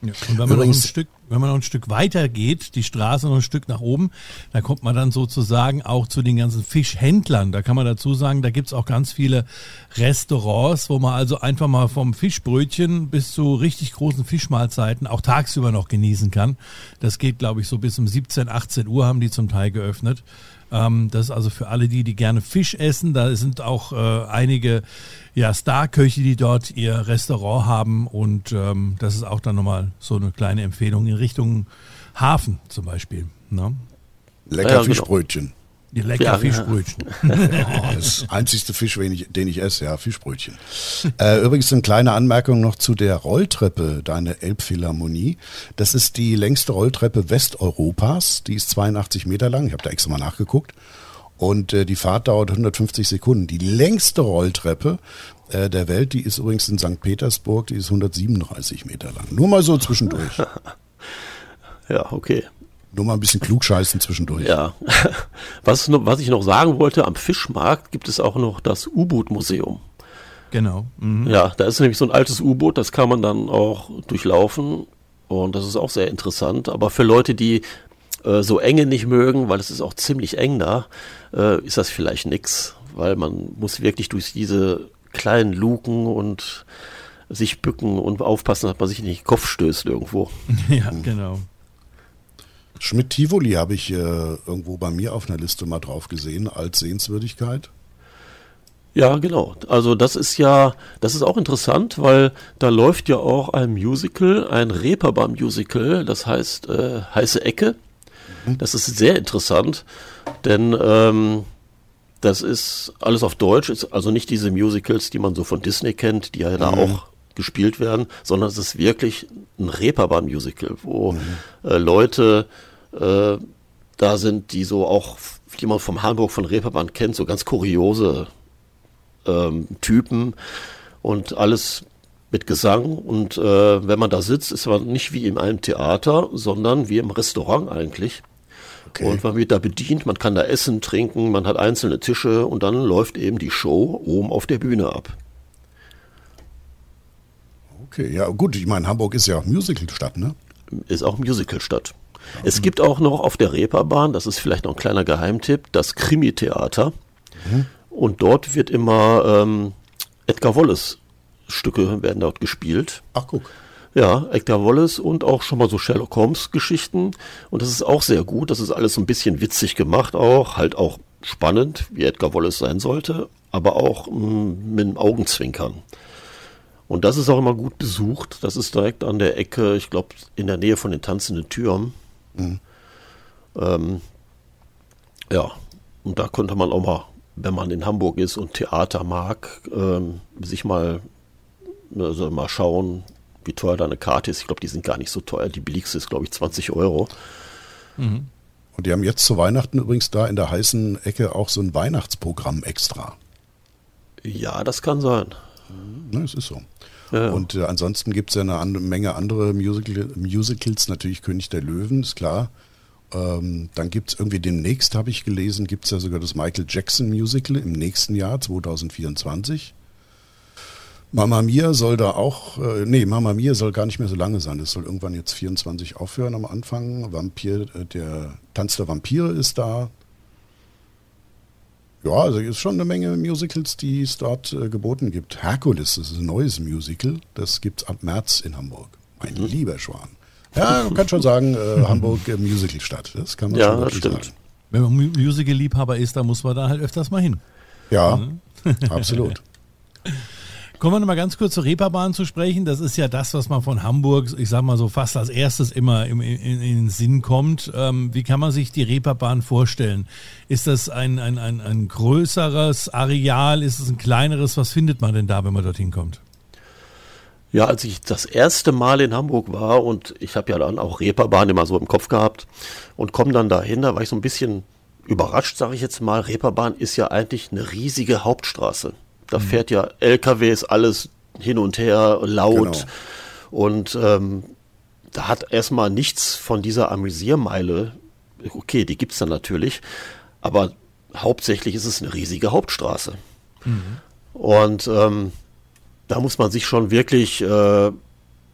Ja, und wenn man, noch ein Stück, wenn man noch ein Stück weiter geht, die Straße noch ein Stück nach oben, da kommt man dann sozusagen auch zu den ganzen Fischhändlern. Da kann man dazu sagen, da gibt's auch ganz viele Restaurants, wo man also einfach mal vom Fischbrötchen bis zu richtig großen Fischmahlzeiten auch tagsüber noch genießen kann. Das geht, glaube ich, so bis um siebzehn, achtzehn Uhr haben die zum Teil geöffnet. Ähm, das ist also für alle die, die gerne Fisch essen. Da sind auch äh, einige ja, Starköche, die dort ihr Restaurant haben. Und ähm, das ist auch dann nochmal so eine kleine Empfehlung in Richtung Hafen zum Beispiel. Ne? Lecker ja, Fischbrötchen. Genau. Die lecker ja, Fischbrötchen. Ja, das einzigste Fisch, den ich, den ich esse, ja, Fischbrötchen. Äh, übrigens eine kleine Anmerkung noch zu der Rolltreppe, deine Elbphilharmonie. Das ist die längste Rolltreppe Westeuropas. Die ist zweiundachtzig Meter lang. Ich habe da extra mal nachgeguckt. Und äh, die Fahrt dauert hundertfünfzig Sekunden. Die längste Rolltreppe äh, der Welt, die ist übrigens in Sankt Petersburg, die ist hundertsiebenunddreißig Meter lang. Nur mal so zwischendurch. Ja, okay. Nur mal ein bisschen klugscheißen zwischendurch. Ja, was, was ich noch sagen wollte, am Fischmarkt gibt es auch noch das U-Boot-Museum. Genau. Mhm. Ja, da ist nämlich so ein altes U-Boot, das kann man dann auch durchlaufen und das ist auch sehr interessant. Aber für Leute, die äh, so Enge nicht mögen, weil es ist auch ziemlich eng da, äh, ist das vielleicht nix, weil man muss wirklich durch diese kleinen Luken und sich bücken und aufpassen, dass man sich nicht in den Kopf stößt irgendwo. Ja, genau. Schmidt-Tivoli habe ich äh, irgendwo bei mir auf einer Liste mal drauf gesehen als Sehenswürdigkeit. Ja, genau. Also das ist ja, das ist auch interessant, weil da läuft ja auch ein Musical, ein Reeperbahn-Musical, das heißt äh, Heiße Ecke. Mhm. Das ist sehr interessant, denn ähm, das ist alles auf Deutsch, ist also nicht diese Musicals, die man so von Disney kennt, die ja da mhm. auch gespielt werden, sondern es ist wirklich ein Reeperbahn-Musical, wo mhm. äh, Leute äh, da sind, die so auch, die man vom Hamburg von Reeperbahn kennt, so ganz kuriose ähm, Typen und alles mit Gesang. Und äh, wenn man da sitzt, ist man nicht wie in einem Theater, sondern wie im Restaurant eigentlich. Okay. Und man wird da bedient, man kann da essen, trinken, man hat einzelne Tische und dann läuft eben die Show oben auf der Bühne ab. Okay, ja gut, ich meine, Hamburg ist ja auch Musicalstadt, ne? Ist auch Musicalstadt. Ja. Es gibt auch noch auf der Reeperbahn, das ist vielleicht noch ein kleiner Geheimtipp, das Krimi-Theater. Mhm. Und dort wird immer ähm, Edgar Wallace Stücke werden dort gespielt. Ach, guck. Ja, Edgar Wallace und auch schon mal so Sherlock Holmes Geschichten. Und das ist auch sehr gut. Das ist alles so ein bisschen witzig gemacht auch. Halt auch spannend, wie Edgar Wallace sein sollte. Aber auch mh, mit dem Augenzwinkern. Und das ist auch immer gut besucht. Das ist direkt an der Ecke, ich glaube, in der Nähe von den Tanzenden Türmen. Mhm. Ähm, ja, und da könnte man auch mal, wenn man in Hamburg ist und Theater mag, ähm, sich mal, also mal schauen, wie teuer da eine Karte ist. Ich glaube, die sind gar nicht so teuer. Die billigste ist, glaube ich, zwanzig Euro. Mhm. Und die haben jetzt zu Weihnachten übrigens da in der heißen Ecke auch so ein Weihnachtsprogramm extra. Ja, das kann sein. Ne, es ist so. Ja. Und äh, ansonsten gibt es ja eine andere, Menge andere Musical, Musicals, natürlich König der Löwen, ist klar. Ähm, dann gibt es irgendwie demnächst, habe ich gelesen, gibt es ja sogar das Michael Jackson Musical im nächsten Jahr, zwanzig vierundzwanzig. Mamma Mia soll da auch, äh, nee, Mamma Mia soll gar nicht mehr so lange sein. Das soll irgendwann jetzt vierundzwanzig aufhören am Anfang. Vampir, äh, der Tanz der Vampire ist da. Ja, also es ist schon eine Menge Musicals, die es dort äh, geboten gibt. Herkules, das ist ein neues Musical, das gibt es ab März in Hamburg. Mein mhm. lieber Schwan. Ja, man kann schon sagen, äh, Hamburg äh, Musicalstadt, das kann man ja, schon wirklich das stimmt. sagen. Wenn man Musical-Liebhaber ist, dann muss man da halt öfters mal hin. Ja, ja. Absolut. Kommen wir noch mal ganz kurz zur Reeperbahn zu sprechen. Das ist ja das, was man von Hamburg, ich sag mal so, fast als erstes immer in, in, in den Sinn kommt. Ähm, wie kann man sich die Reeperbahn vorstellen? Ist das ein, ein, ein, ein größeres Areal? Ist es ein kleineres? Was findet man denn da, wenn man dorthin kommt? Ja, als ich das erste Mal in Hamburg war und ich habe ja dann auch Reeperbahn immer so im Kopf gehabt und komme dann dahin, da war ich so ein bisschen überrascht, sage ich jetzt mal. Reeperbahn ist ja eigentlich eine riesige Hauptstraße. Da fährt ja L K Ws, alles hin und her, laut. Genau. Und ähm, da hat erstmal nichts von dieser Amüsiermeile. Okay, die gibt's dann natürlich. Aber hauptsächlich ist es eine riesige Hauptstraße. Mhm. Und ähm, da muss man sich schon wirklich äh,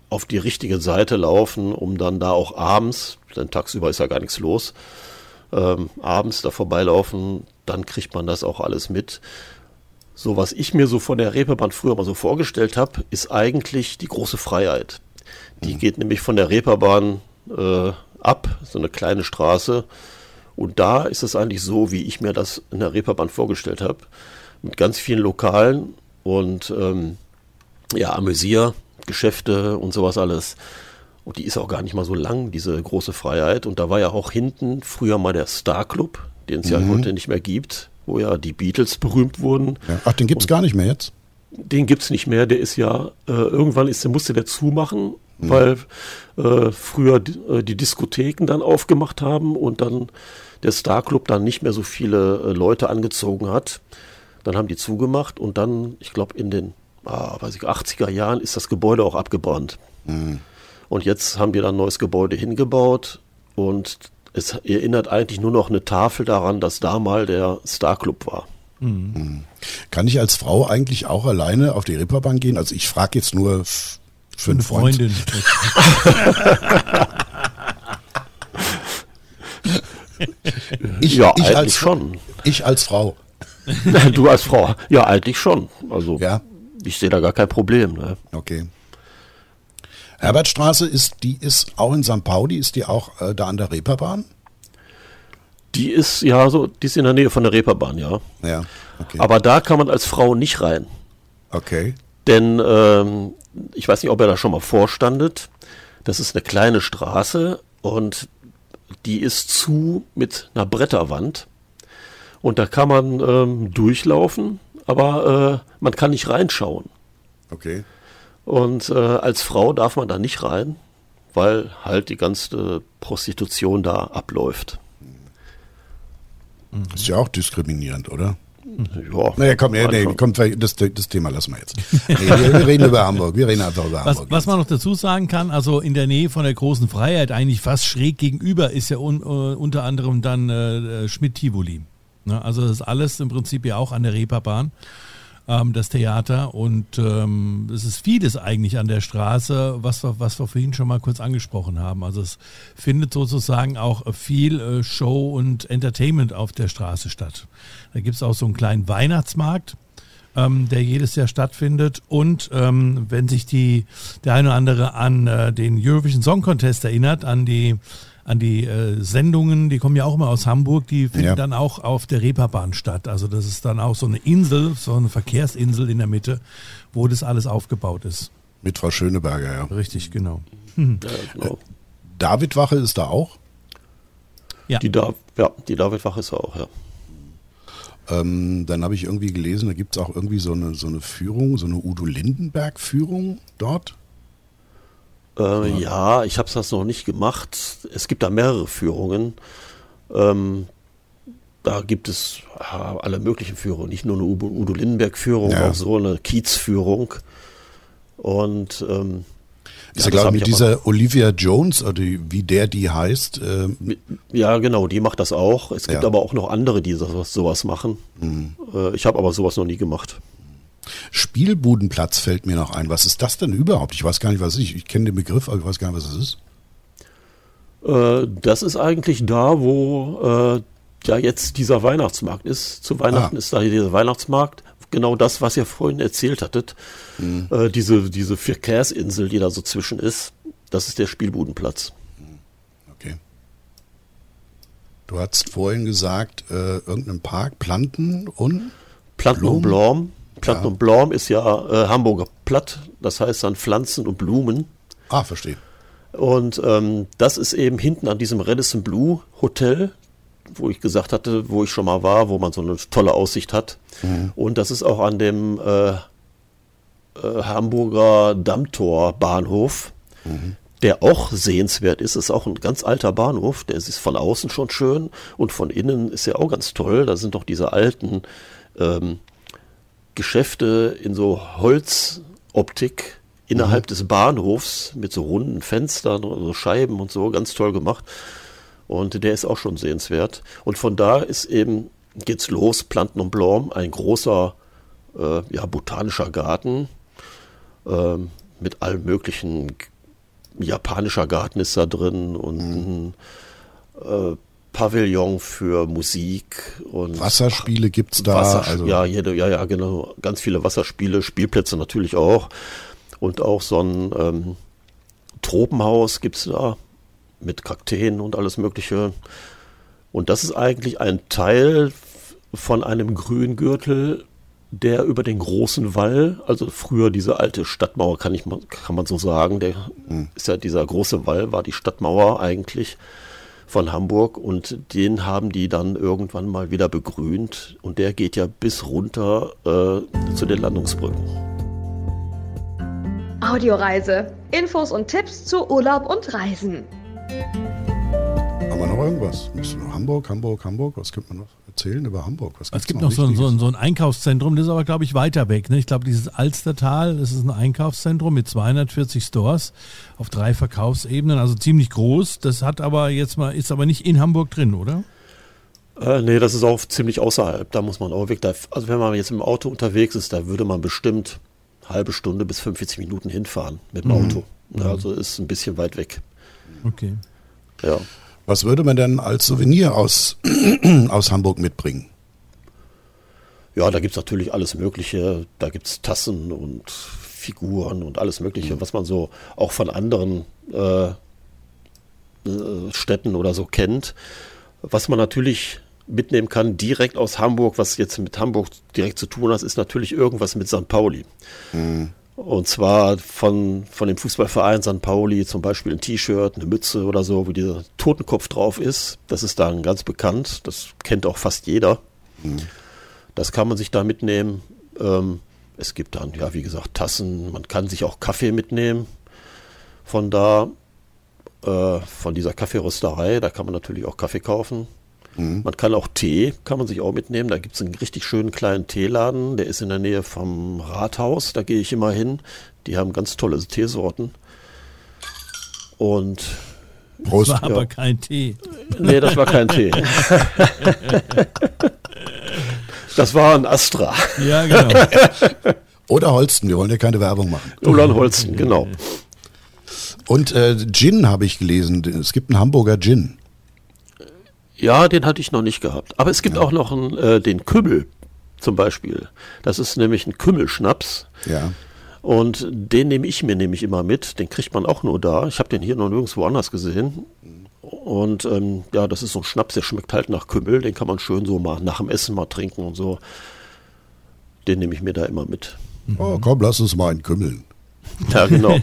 auf die richtige Seite laufen, um dann da auch abends, denn tagsüber ist ja gar nichts los, ähm, abends da vorbeilaufen, dann kriegt man das auch alles mit. So, was ich mir so von der Reeperbahn früher mal so vorgestellt habe, ist eigentlich die große Freiheit. Die mhm. geht nämlich von der Reeperbahn äh, ab, so eine kleine Straße. Und da ist es eigentlich so, wie ich mir das in der Reeperbahn vorgestellt habe, mit ganz vielen Lokalen und ähm, ja, Amüsiergeschäfte und sowas alles. Und die ist auch gar nicht mal so lang, diese große Freiheit. Und da war ja auch hinten früher mal der Star Club, den es mhm. ja heute nicht mehr gibt, wo ja die Beatles berühmt wurden. Ja. Ach, den gibt es gar nicht mehr jetzt? Den gibt es nicht mehr, der ist ja, äh, irgendwann ist, der musste der zumachen, mhm. weil äh, früher die, äh, die Diskotheken dann aufgemacht haben und dann der Star Club dann nicht mehr so viele äh, Leute angezogen hat. Dann haben die zugemacht und dann, ich glaube in den ah, weiß ich, achtziger Jahren ist das Gebäude auch abgebrannt. Mhm. Und jetzt haben die dann ein neues Gebäude hingebaut und es erinnert eigentlich nur noch eine Tafel daran, dass da mal der Star Club war. Mhm. Kann ich als Frau eigentlich auch alleine auf die Reeperbahn gehen? Also ich frage jetzt nur f- für einen Freund. Freundin. ich, ja, ich eigentlich als, schon. Ich als Frau. Du als Frau. Ja, eigentlich schon. Also ja. Ich sehe da gar kein Problem. Ne? Okay. Herbertstraße ist, die ist auch in Sankt Pauli, ist die auch äh, da an der Reeperbahn? Die ist ja so, die ist in der Nähe von der Reeperbahn, ja. Ja, okay. Aber da kann man als Frau nicht rein. Okay. Denn ähm, ich weiß nicht, ob ihr da schon mal vorstandet. Das ist eine kleine Straße und die ist zu mit einer Bretterwand. Und da kann man ähm, durchlaufen, aber äh, man kann nicht reinschauen. Okay. Und äh, als Frau darf man da nicht rein, weil halt die ganze Prostitution da abläuft. Das ist ja auch diskriminierend, oder? Ja. Naja, komm, nee, nee, komm, das, das Thema lassen wir jetzt. Nee, wir, wir reden über Hamburg, wir reden einfach über was, Hamburg. Was man noch dazu sagen kann, also in der Nähe von der Großen Freiheit, eigentlich fast schräg gegenüber, ist ja un, uh, unter anderem dann äh, Schmidt-Tivoli. Ne? Also das ist alles im Prinzip ja auch an der Reeperbahn. Das Theater und ähm, es ist vieles eigentlich an der Straße, was wir, was wir vorhin schon mal kurz angesprochen haben. Also es findet sozusagen auch viel äh, Show und Entertainment auf der Straße statt. Da gibt es auch so einen kleinen Weihnachtsmarkt, ähm, der jedes Jahr stattfindet und ähm, wenn sich die der eine oder andere an äh, den Eurovision Song Contest erinnert, an die an die äh, Sendungen, die kommen ja auch immer aus Hamburg, die finden ja. dann auch auf der Reeperbahn statt. Also das ist dann auch so eine Insel, so eine Verkehrsinsel in der Mitte, wo das alles aufgebaut ist. Mit Frau Schöneberger, ja. Richtig, genau. Mhm. Ja, genau. Äh, Davidwache ist da auch? Ja. Die, da- ja, die Davidwache ist auch, ja. Ähm, dann habe ich irgendwie gelesen, da gibt es auch irgendwie so eine, so eine Führung, so eine Udo Lindenberg-Führung dort. Äh, ja, ich habe das noch nicht gemacht. Es gibt da mehrere Führungen. Ähm, da gibt es ja, alle möglichen Führungen, nicht nur eine Udo, Udo Lindenberg-Führung, Ja. auch so eine Kiez-Führung. Und ähm, Ist ja, ja, glaube ich, mit hab dieser Olivia Jones, oder wie der die heißt. Ähm, Mit- Ja, genau, die macht das auch. Es gibt Ja. aber auch noch andere, die sowas, sowas machen. Mhm. Äh, ich habe aber sowas noch nie gemacht. Spielbudenplatz fällt mir noch ein. Was ist das denn überhaupt? Ich weiß gar nicht, was es ist. Ich, ich kenne den Begriff, aber ich weiß gar nicht, was es ist. Äh, das ist eigentlich da, wo äh, ja jetzt dieser Weihnachtsmarkt ist. Zu Weihnachten Ah. ist da dieser Weihnachtsmarkt. Genau das, was ihr vorhin erzählt hattet. Mhm. Äh, diese, diese Verkehrsinsel, die da so zwischen ist, das ist der Spielbudenplatz. Okay. Du hast vorhin gesagt, äh, irgendein Park, Planten und Planten Blumen? und Blom. Planten Ja. und Blom ist ja äh, Hamburger Platt, das heißt dann Pflanzen und Blumen. Ah, verstehe. Und ähm, das ist eben hinten an diesem Radisson Blu Hotel, wo ich gesagt hatte, wo ich schon mal war, wo man so eine tolle Aussicht hat. Mhm. Und das ist auch an dem äh, äh, Hamburger Dammtor Bahnhof, Mhm. der auch sehenswert ist. Ist auch ein ganz alter Bahnhof, der ist von außen schon schön und von innen ist er auch ganz toll. Da sind doch diese alten ähm, Geschäfte in so Holzoptik innerhalb Mhm. des Bahnhofs mit so runden Fenstern und so Scheiben und so, ganz toll gemacht. Und der ist auch schon sehenswert. Und von da ist eben, geht's los, Planten und Blom, ein großer äh, ja, botanischer Garten ähm, mit allen möglichen ein japanischer Garten ist da drin und ein äh, Pavillon für Musik und Wasserspiele gibt's da. Wasser, also. ja, jede, ja, ja, genau. Ganz viele Wasserspiele, Spielplätze natürlich auch. Und auch so ein ähm, Tropenhaus gibt's da mit Kakteen und alles Mögliche. Und das ist eigentlich ein Teil von einem Grüngürtel, der über den großen Wall, also früher diese alte Stadtmauer, kann ich mal, kann man so sagen, der mhm. ist ja dieser große Wall, war die Stadtmauer eigentlich von Hamburg und den haben die dann irgendwann mal wieder begrünt und der geht ja bis runter äh, zu den Landungsbrücken. Audioreise. Infos und Tipps zu Urlaub und Reisen. Haben wir noch irgendwas? Müsst ihr noch Hamburg, Hamburg, Hamburg? Was könnte man noch erzählen über Hamburg? Was es gibt noch, noch so, ein, so, ein, so ein Einkaufszentrum, das ist aber, glaube ich, weiter weg. Ne? Ich glaube, dieses Alstertal, das ist ein Einkaufszentrum mit zweihundertvierzig Stores auf drei Verkaufsebenen, also ziemlich groß. Das hat aber jetzt mal, ist aber nicht in Hamburg drin, oder? Äh, nee, das ist auch ziemlich außerhalb. Da muss man auch weg. Da, also wenn man jetzt im Auto unterwegs ist, da würde man bestimmt eine halbe Stunde bis fünfundvierzig Minuten hinfahren mit dem Auto. Mhm. Ja, also ist ein bisschen weit weg. Okay. Ja. Was würde man denn als Souvenir aus, aus Hamburg mitbringen? Ja, da gibt es natürlich alles Mögliche. Da gibt es Tassen und Figuren und alles Mögliche, mhm. was man so auch von anderen äh, äh, Städten oder so kennt. Was man natürlich mitnehmen kann, direkt aus Hamburg, was jetzt mit Hamburg direkt zu tun hat, ist natürlich irgendwas mit Sankt Pauli. Mhm. Und zwar von, von dem Fußballverein Sankt Pauli, zum Beispiel ein T-Shirt, eine Mütze oder so, wo dieser Totenkopf drauf ist. Das ist dann ganz bekannt. Das kennt auch fast jeder. Mhm. Das kann man sich da mitnehmen. Ähm, es gibt dann, ja, wie gesagt, Tassen. Man kann sich auch Kaffee mitnehmen von da, äh, von dieser Kaffeerösterei. Da kann man natürlich auch Kaffee kaufen. Mhm. Man kann auch Tee, kann man sich auch mitnehmen. Da gibt es einen richtig schönen kleinen Teeladen, der ist in der Nähe vom Rathaus, da gehe ich immer hin. Die haben ganz tolle Teesorten. Und Prost. Das war ja. aber kein Tee. Nee, das war kein Tee. Das war ein Astra. Ja, genau. Oder Holsten, wir wollen ja keine Werbung machen. Oder ein Holsten, genau. Und äh, Gin habe ich gelesen, es gibt einen Hamburger Gin. Ja, den hatte ich noch nicht gehabt. Aber es gibt ja. auch noch einen, äh, den Kümmel zum Beispiel. Das ist nämlich ein Kümmelschnaps. Ja. Und den nehme ich mir nämlich immer mit. Den kriegt man auch nur da. Ich habe den hier noch nirgendwo anders gesehen. Und ähm, ja, das ist so ein Schnaps, der schmeckt halt nach Kümmel. Den kann man schön so mal nach dem Essen mal trinken und so. Den nehme ich mir da immer mit. Oh, komm, lass uns mal einen kümmeln. Ja, genau.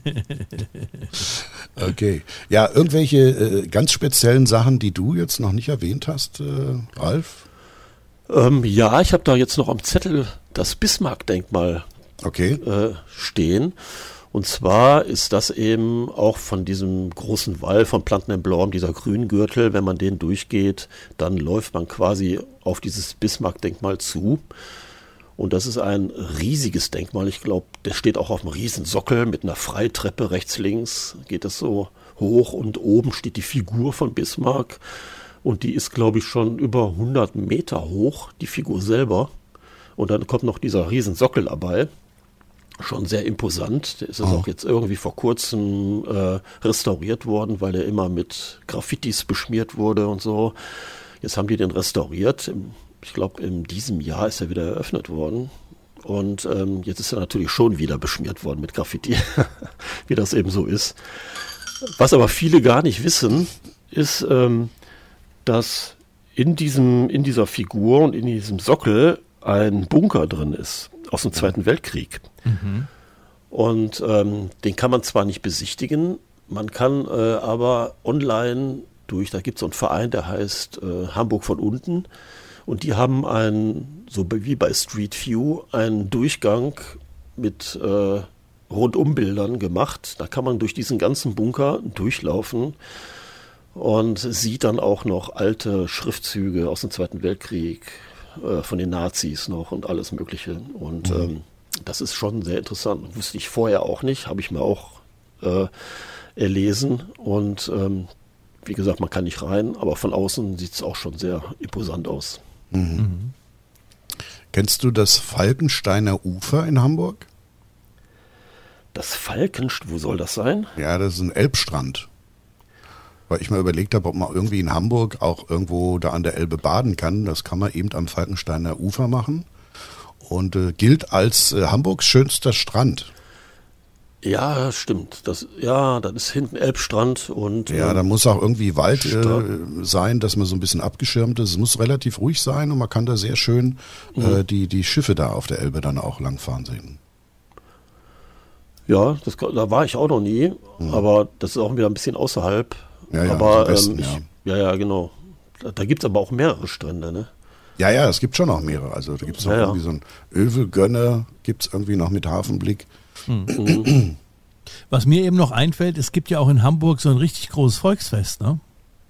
Okay. Ja, irgendwelche äh, ganz speziellen Sachen, die du jetzt noch nicht erwähnt hast, äh, Ralf? Ähm, ja, ich habe da jetzt noch am Zettel das Bismarck-Denkmal okay. äh, stehen. Und zwar ist das eben auch von diesem großen Wall von Planten-en-Blaum, dieser Grüngürtel, wenn man den durchgeht, dann läuft man quasi auf dieses Bismarck-Denkmal zu. Und das ist ein riesiges Denkmal. Ich glaube, der steht auch auf einem riesen Sockel mit einer Freitreppe rechts, links. Geht das so hoch und oben steht die Figur von Bismarck. Und die ist, glaube ich, schon über hundert Meter hoch, die Figur selber. Und dann kommt noch dieser riesen Sockel dabei. Schon sehr imposant. Der ist oh. auch jetzt irgendwie vor kurzem äh, restauriert worden, weil er immer mit Graffitis beschmiert wurde und so. Jetzt haben die den restauriert. Ich glaube, in diesem Jahr ist er wieder eröffnet worden. Und ähm, jetzt ist er natürlich schon wieder beschmiert worden mit Graffiti, wie das eben so ist. Was aber viele gar nicht wissen, ist, ähm, dass in, diesem, in dieser Figur und in diesem Sockel ein Bunker drin ist aus dem Zweiten Weltkrieg. Mhm. Und ähm, den kann man zwar nicht besichtigen, man kann äh, aber online durch, da gibt es so einen Verein, der heißt äh, Hamburg von unten. Und die haben einen, so wie bei Street View, einen Durchgang mit äh, Rundumbildern gemacht. Da kann man durch diesen ganzen Bunker durchlaufen und sieht dann auch noch alte Schriftzüge aus dem Zweiten Weltkrieg, äh, von den Nazis noch und alles Mögliche. Und mhm. ähm, das ist schon sehr interessant. Wusste ich vorher auch nicht, habe ich mir auch äh, erlesen. Und ähm, wie gesagt, man kann nicht rein, aber von außen sieht es auch schon sehr imposant aus. Mhm. Mhm. Kennst du das Falkensteiner Ufer in Hamburg? Das Falkenst, wo soll das sein? Ja, das ist ein Elbstrand. Weil ich mal überlegt habe, ob man irgendwie in Hamburg auch irgendwo da an der Elbe baden kann. Das kann man eben am Falkensteiner Ufer machen und äh, gilt als äh, Hamburgs schönster Strand. Ja, stimmt. Das, ja, das ist hinten Elbstrand und. Ja, ähm, da muss auch irgendwie Wald äh, Strand. sein, dass man so ein bisschen abgeschirmt ist. Es muss relativ ruhig sein und man kann da sehr schön mhm. äh, die, die Schiffe da auf der Elbe dann auch langfahren sehen. Ja, das, da war ich auch noch nie, mhm. aber das ist auch wieder ein bisschen außerhalb. Ja, ja, aber am besten, ähm, ich, ja. ja, ja, genau. Da, da gibt es aber auch mehrere Strände, ne? Ja, ja, es gibt schon noch mehrere. Also da gibt es noch ja, irgendwie ja. so ein Övelgönner, gibt es irgendwie noch mit Hafenblick. Mhm. Was mir eben noch einfällt, es gibt ja auch in Hamburg so ein richtig großes Volksfest, ne?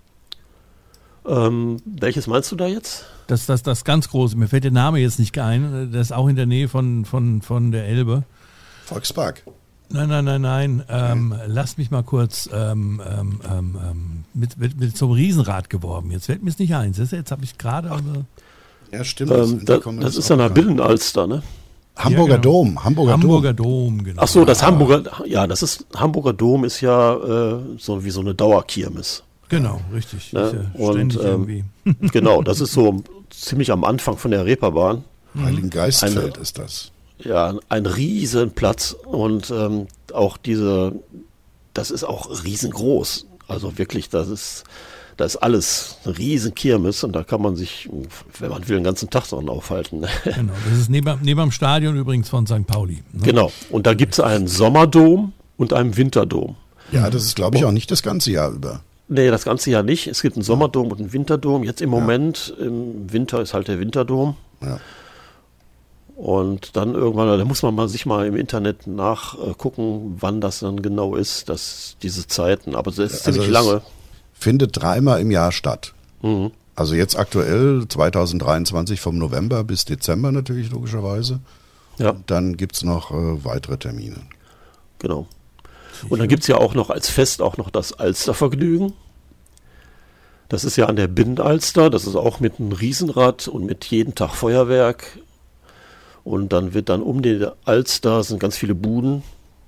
Ähm, welches meinst du da jetzt? Das, das, das ganz große, mir fällt der Name jetzt nicht ein, das ist auch in der Nähe von, von, von der Elbe. Volkspark. Nein, nein, nein, nein. Ähm, lass mich mal kurz ähm, ähm, ähm, mit, mit, mit so einem Riesenrad geworben. Jetzt fällt mir es nicht ein. Jetzt, jetzt habe ich gerade. Also Ja, stimmt. Ähm, da, das ist an der Binnenalster, ne? Hamburger Ja, genau. Dom. Hamburger, Hamburger Dom. Dom, genau. Ach so, das Hamburger, ja, das ist, Hamburger Dom ist ja äh, so wie so eine Dauerkirmes. Genau, richtig. Ne? Ist ja Und, ständig ähm, irgendwie. Genau, das ist so ziemlich am Anfang von der Reeperbahn. Heiligengeistfeld Eine- ist das. Ja, ein Riesenplatz und ähm, auch diese, das ist auch riesengroß. Also wirklich, das ist, da ist alles eine riesen Kirmes und da kann man sich, wenn man will, den ganzen Tag dran aufhalten. Genau, das ist neben, neben dem Stadion übrigens von Sankt Pauli. Ne? Genau, und da gibt es einen Sommerdom und einen Winterdom. Ja, das ist, glaube ich, auch nicht das ganze Jahr über. Nee, das ganze Jahr nicht. Es gibt einen Sommerdom und einen Winterdom. Jetzt im Moment, im Winter ist halt der Winterdom. Ja. Und dann irgendwann, da muss man mal sich mal im Internet nachgucken, wann das dann genau ist, dass diese Zeiten. Aber das ist Also ziemlich es lange. Findet dreimal im Jahr statt. Mhm. Also jetzt aktuell zwanzig dreiundzwanzig vom November bis Dezember natürlich logischerweise. Ja, Dann gibt es noch äh, weitere Termine. genau. Und dann gibt es ja auch noch als Fest auch noch das Alstervergnügen. Das ist ja an der Binnenalster. Das ist auch mit einem Riesenrad und mit jeden Tag Feuerwerk. Und dann wird dann um die Alster sind ganz viele Buden.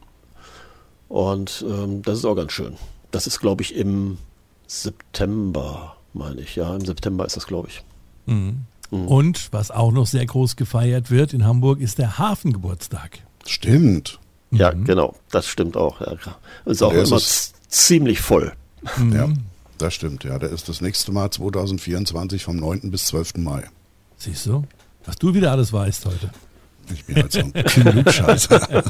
Und ähm, das ist auch ganz schön. Das ist, glaube ich, im September, meine ich. Ja, im September ist das, glaube ich. Mhm. Und was auch noch sehr groß gefeiert wird in Hamburg, ist der Hafengeburtstag. Stimmt. Ja, genau. Das stimmt auch. Ja, ist auch Der ist immer es- z- ziemlich voll. Ja, das stimmt. Ja, der ist das nächste Mal zwanzig vierundzwanzig vom neunten bis zwölften Mai. Siehst du, was du wieder alles weißt heute. Ich bin halt so ein Klugscheißer.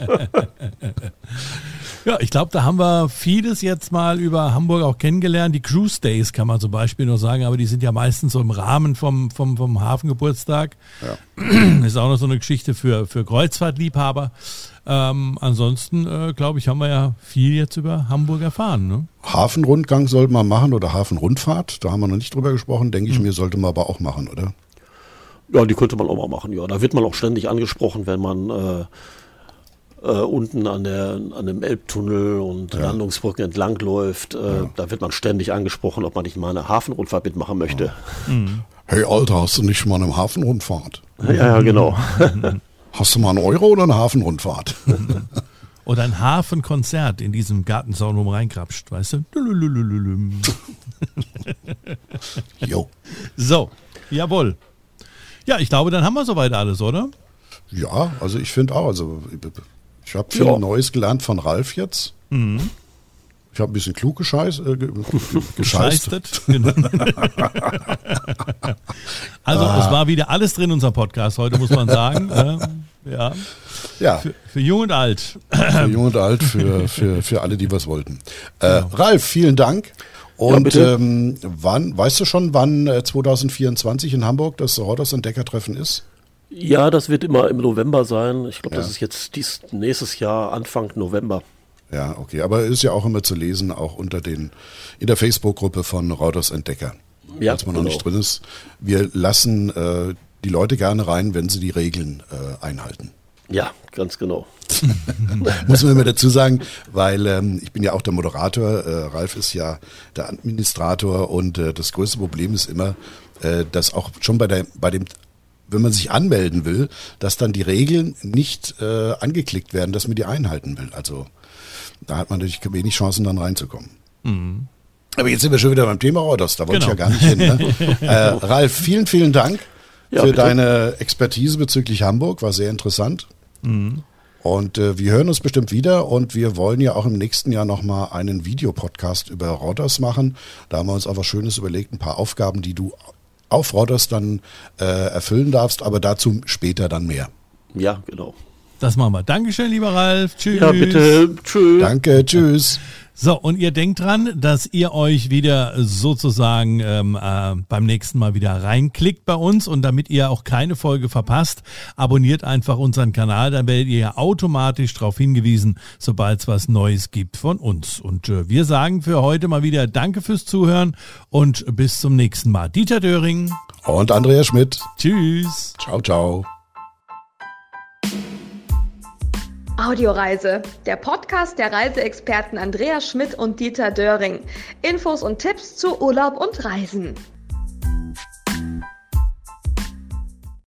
Ja, ich glaube, da haben wir vieles jetzt mal über Hamburg auch kennengelernt. Die Cruise Days kann man zum Beispiel noch sagen, aber die sind ja meistens so im Rahmen vom, vom, vom Hafengeburtstag. Ja. Ist auch noch so eine Geschichte für, für Kreuzfahrtliebhaber. Ähm, ansonsten, äh, glaube ich, haben wir ja viel jetzt über Hamburg erfahren. Ne? Hafenrundgang sollte man machen oder Hafenrundfahrt. Da haben wir noch nicht drüber gesprochen. Denke ich mir, sollte man aber auch machen, oder? Ja, die könnte man auch mal machen, ja. Da wird man auch ständig angesprochen, wenn man äh, äh, unten an, der, an dem Elbtunnel und Ja. Landungsbrücken entlang läuft. Äh, Ja. Da wird man ständig angesprochen, ob man nicht mal eine Hafenrundfahrt mitmachen möchte. Hey Alter, hast du nicht mal eine Hafenrundfahrt? Ja, ja, genau. Hast du mal einen Euro oder eine Hafenrundfahrt? Oder ein Hafenkonzert in diesem Gartenzaun, wo man reinkrapscht, weißt du? Lulululululum. Jo. So, jawohl. Ja, ich glaube, dann haben wir soweit alles, oder? Ja, also ich finde auch. Also ich habe viel Ja. Neues gelernt von Ralf jetzt. Ich habe ein bisschen klug gescheiß, äh, ge- gescheißt. Gescheistet. Genau. Also es war wieder alles drin in unserem Podcast heute, muss man sagen. Ähm, ja, Ja, für, für jung und alt. für jung und alt, für, für, für alle, die was wollten. Äh, Ralf, vielen Dank. Und bitte. ähm, wann, weißt du schon, wann äh, zwanzig vierundzwanzig in Hamburg das Rodos Entdeckertreffen ist? Ja, das wird immer im November sein. Ich glaube, Ja. das ist jetzt dies, nächstes Jahr, Anfang November. Ja, okay, aber ist ja auch immer zu lesen, auch unter den, in der Facebook-Gruppe von Rodos Entdecker. Ja, Falls man noch genau. nicht drin ist. Wir lassen äh, die Leute gerne rein, wenn sie die Regeln äh, einhalten. Ja, ganz genau. Muss man immer dazu sagen, weil ähm, ich bin ja auch der Moderator, äh, Ralf ist ja der Administrator und äh, das größte Problem ist immer, äh, dass auch schon bei der bei dem wenn man sich anmelden will, dass dann die Regeln nicht äh, angeklickt werden, dass man die einhalten will. Also da hat man natürlich wenig Chancen, dann reinzukommen. Mhm. Aber jetzt sind wir schon wieder beim Thema Rhodos, da wollte genau. ich ja gar nicht hin. Ne? äh, Ralf, vielen, vielen Dank ja, für bitte. deine Expertise bezüglich Hamburg, war sehr interessant. Mhm. Und äh, wir hören uns bestimmt wieder und wir wollen ja auch im nächsten Jahr nochmal einen Videopodcast über Rhodos machen. Da haben wir uns auch was Schönes überlegt, ein paar Aufgaben, die du auf Rhodos dann äh, erfüllen darfst, aber dazu später dann mehr. Ja, genau. Das machen wir. Dankeschön, lieber Ralf. Tschüss. Ja, bitte. Tschüss. Danke, tschüss. So, und ihr denkt dran, dass ihr euch wieder sozusagen ähm, äh, beim nächsten Mal wieder reinklickt bei uns und damit ihr auch keine Folge verpasst, abonniert einfach unseren Kanal, dann werdet ihr ja automatisch darauf hingewiesen, sobald es was Neues gibt von uns. Und äh, wir sagen für heute mal wieder Danke fürs Zuhören und bis zum nächsten Mal. Dieter Döring und Andreas Schmidt. Tschüss. Ciao, ciao. Audioreise, der Podcast der Reiseexperten Andreas Schmidt und Dieter Döring. Infos und Tipps zu Urlaub und Reisen.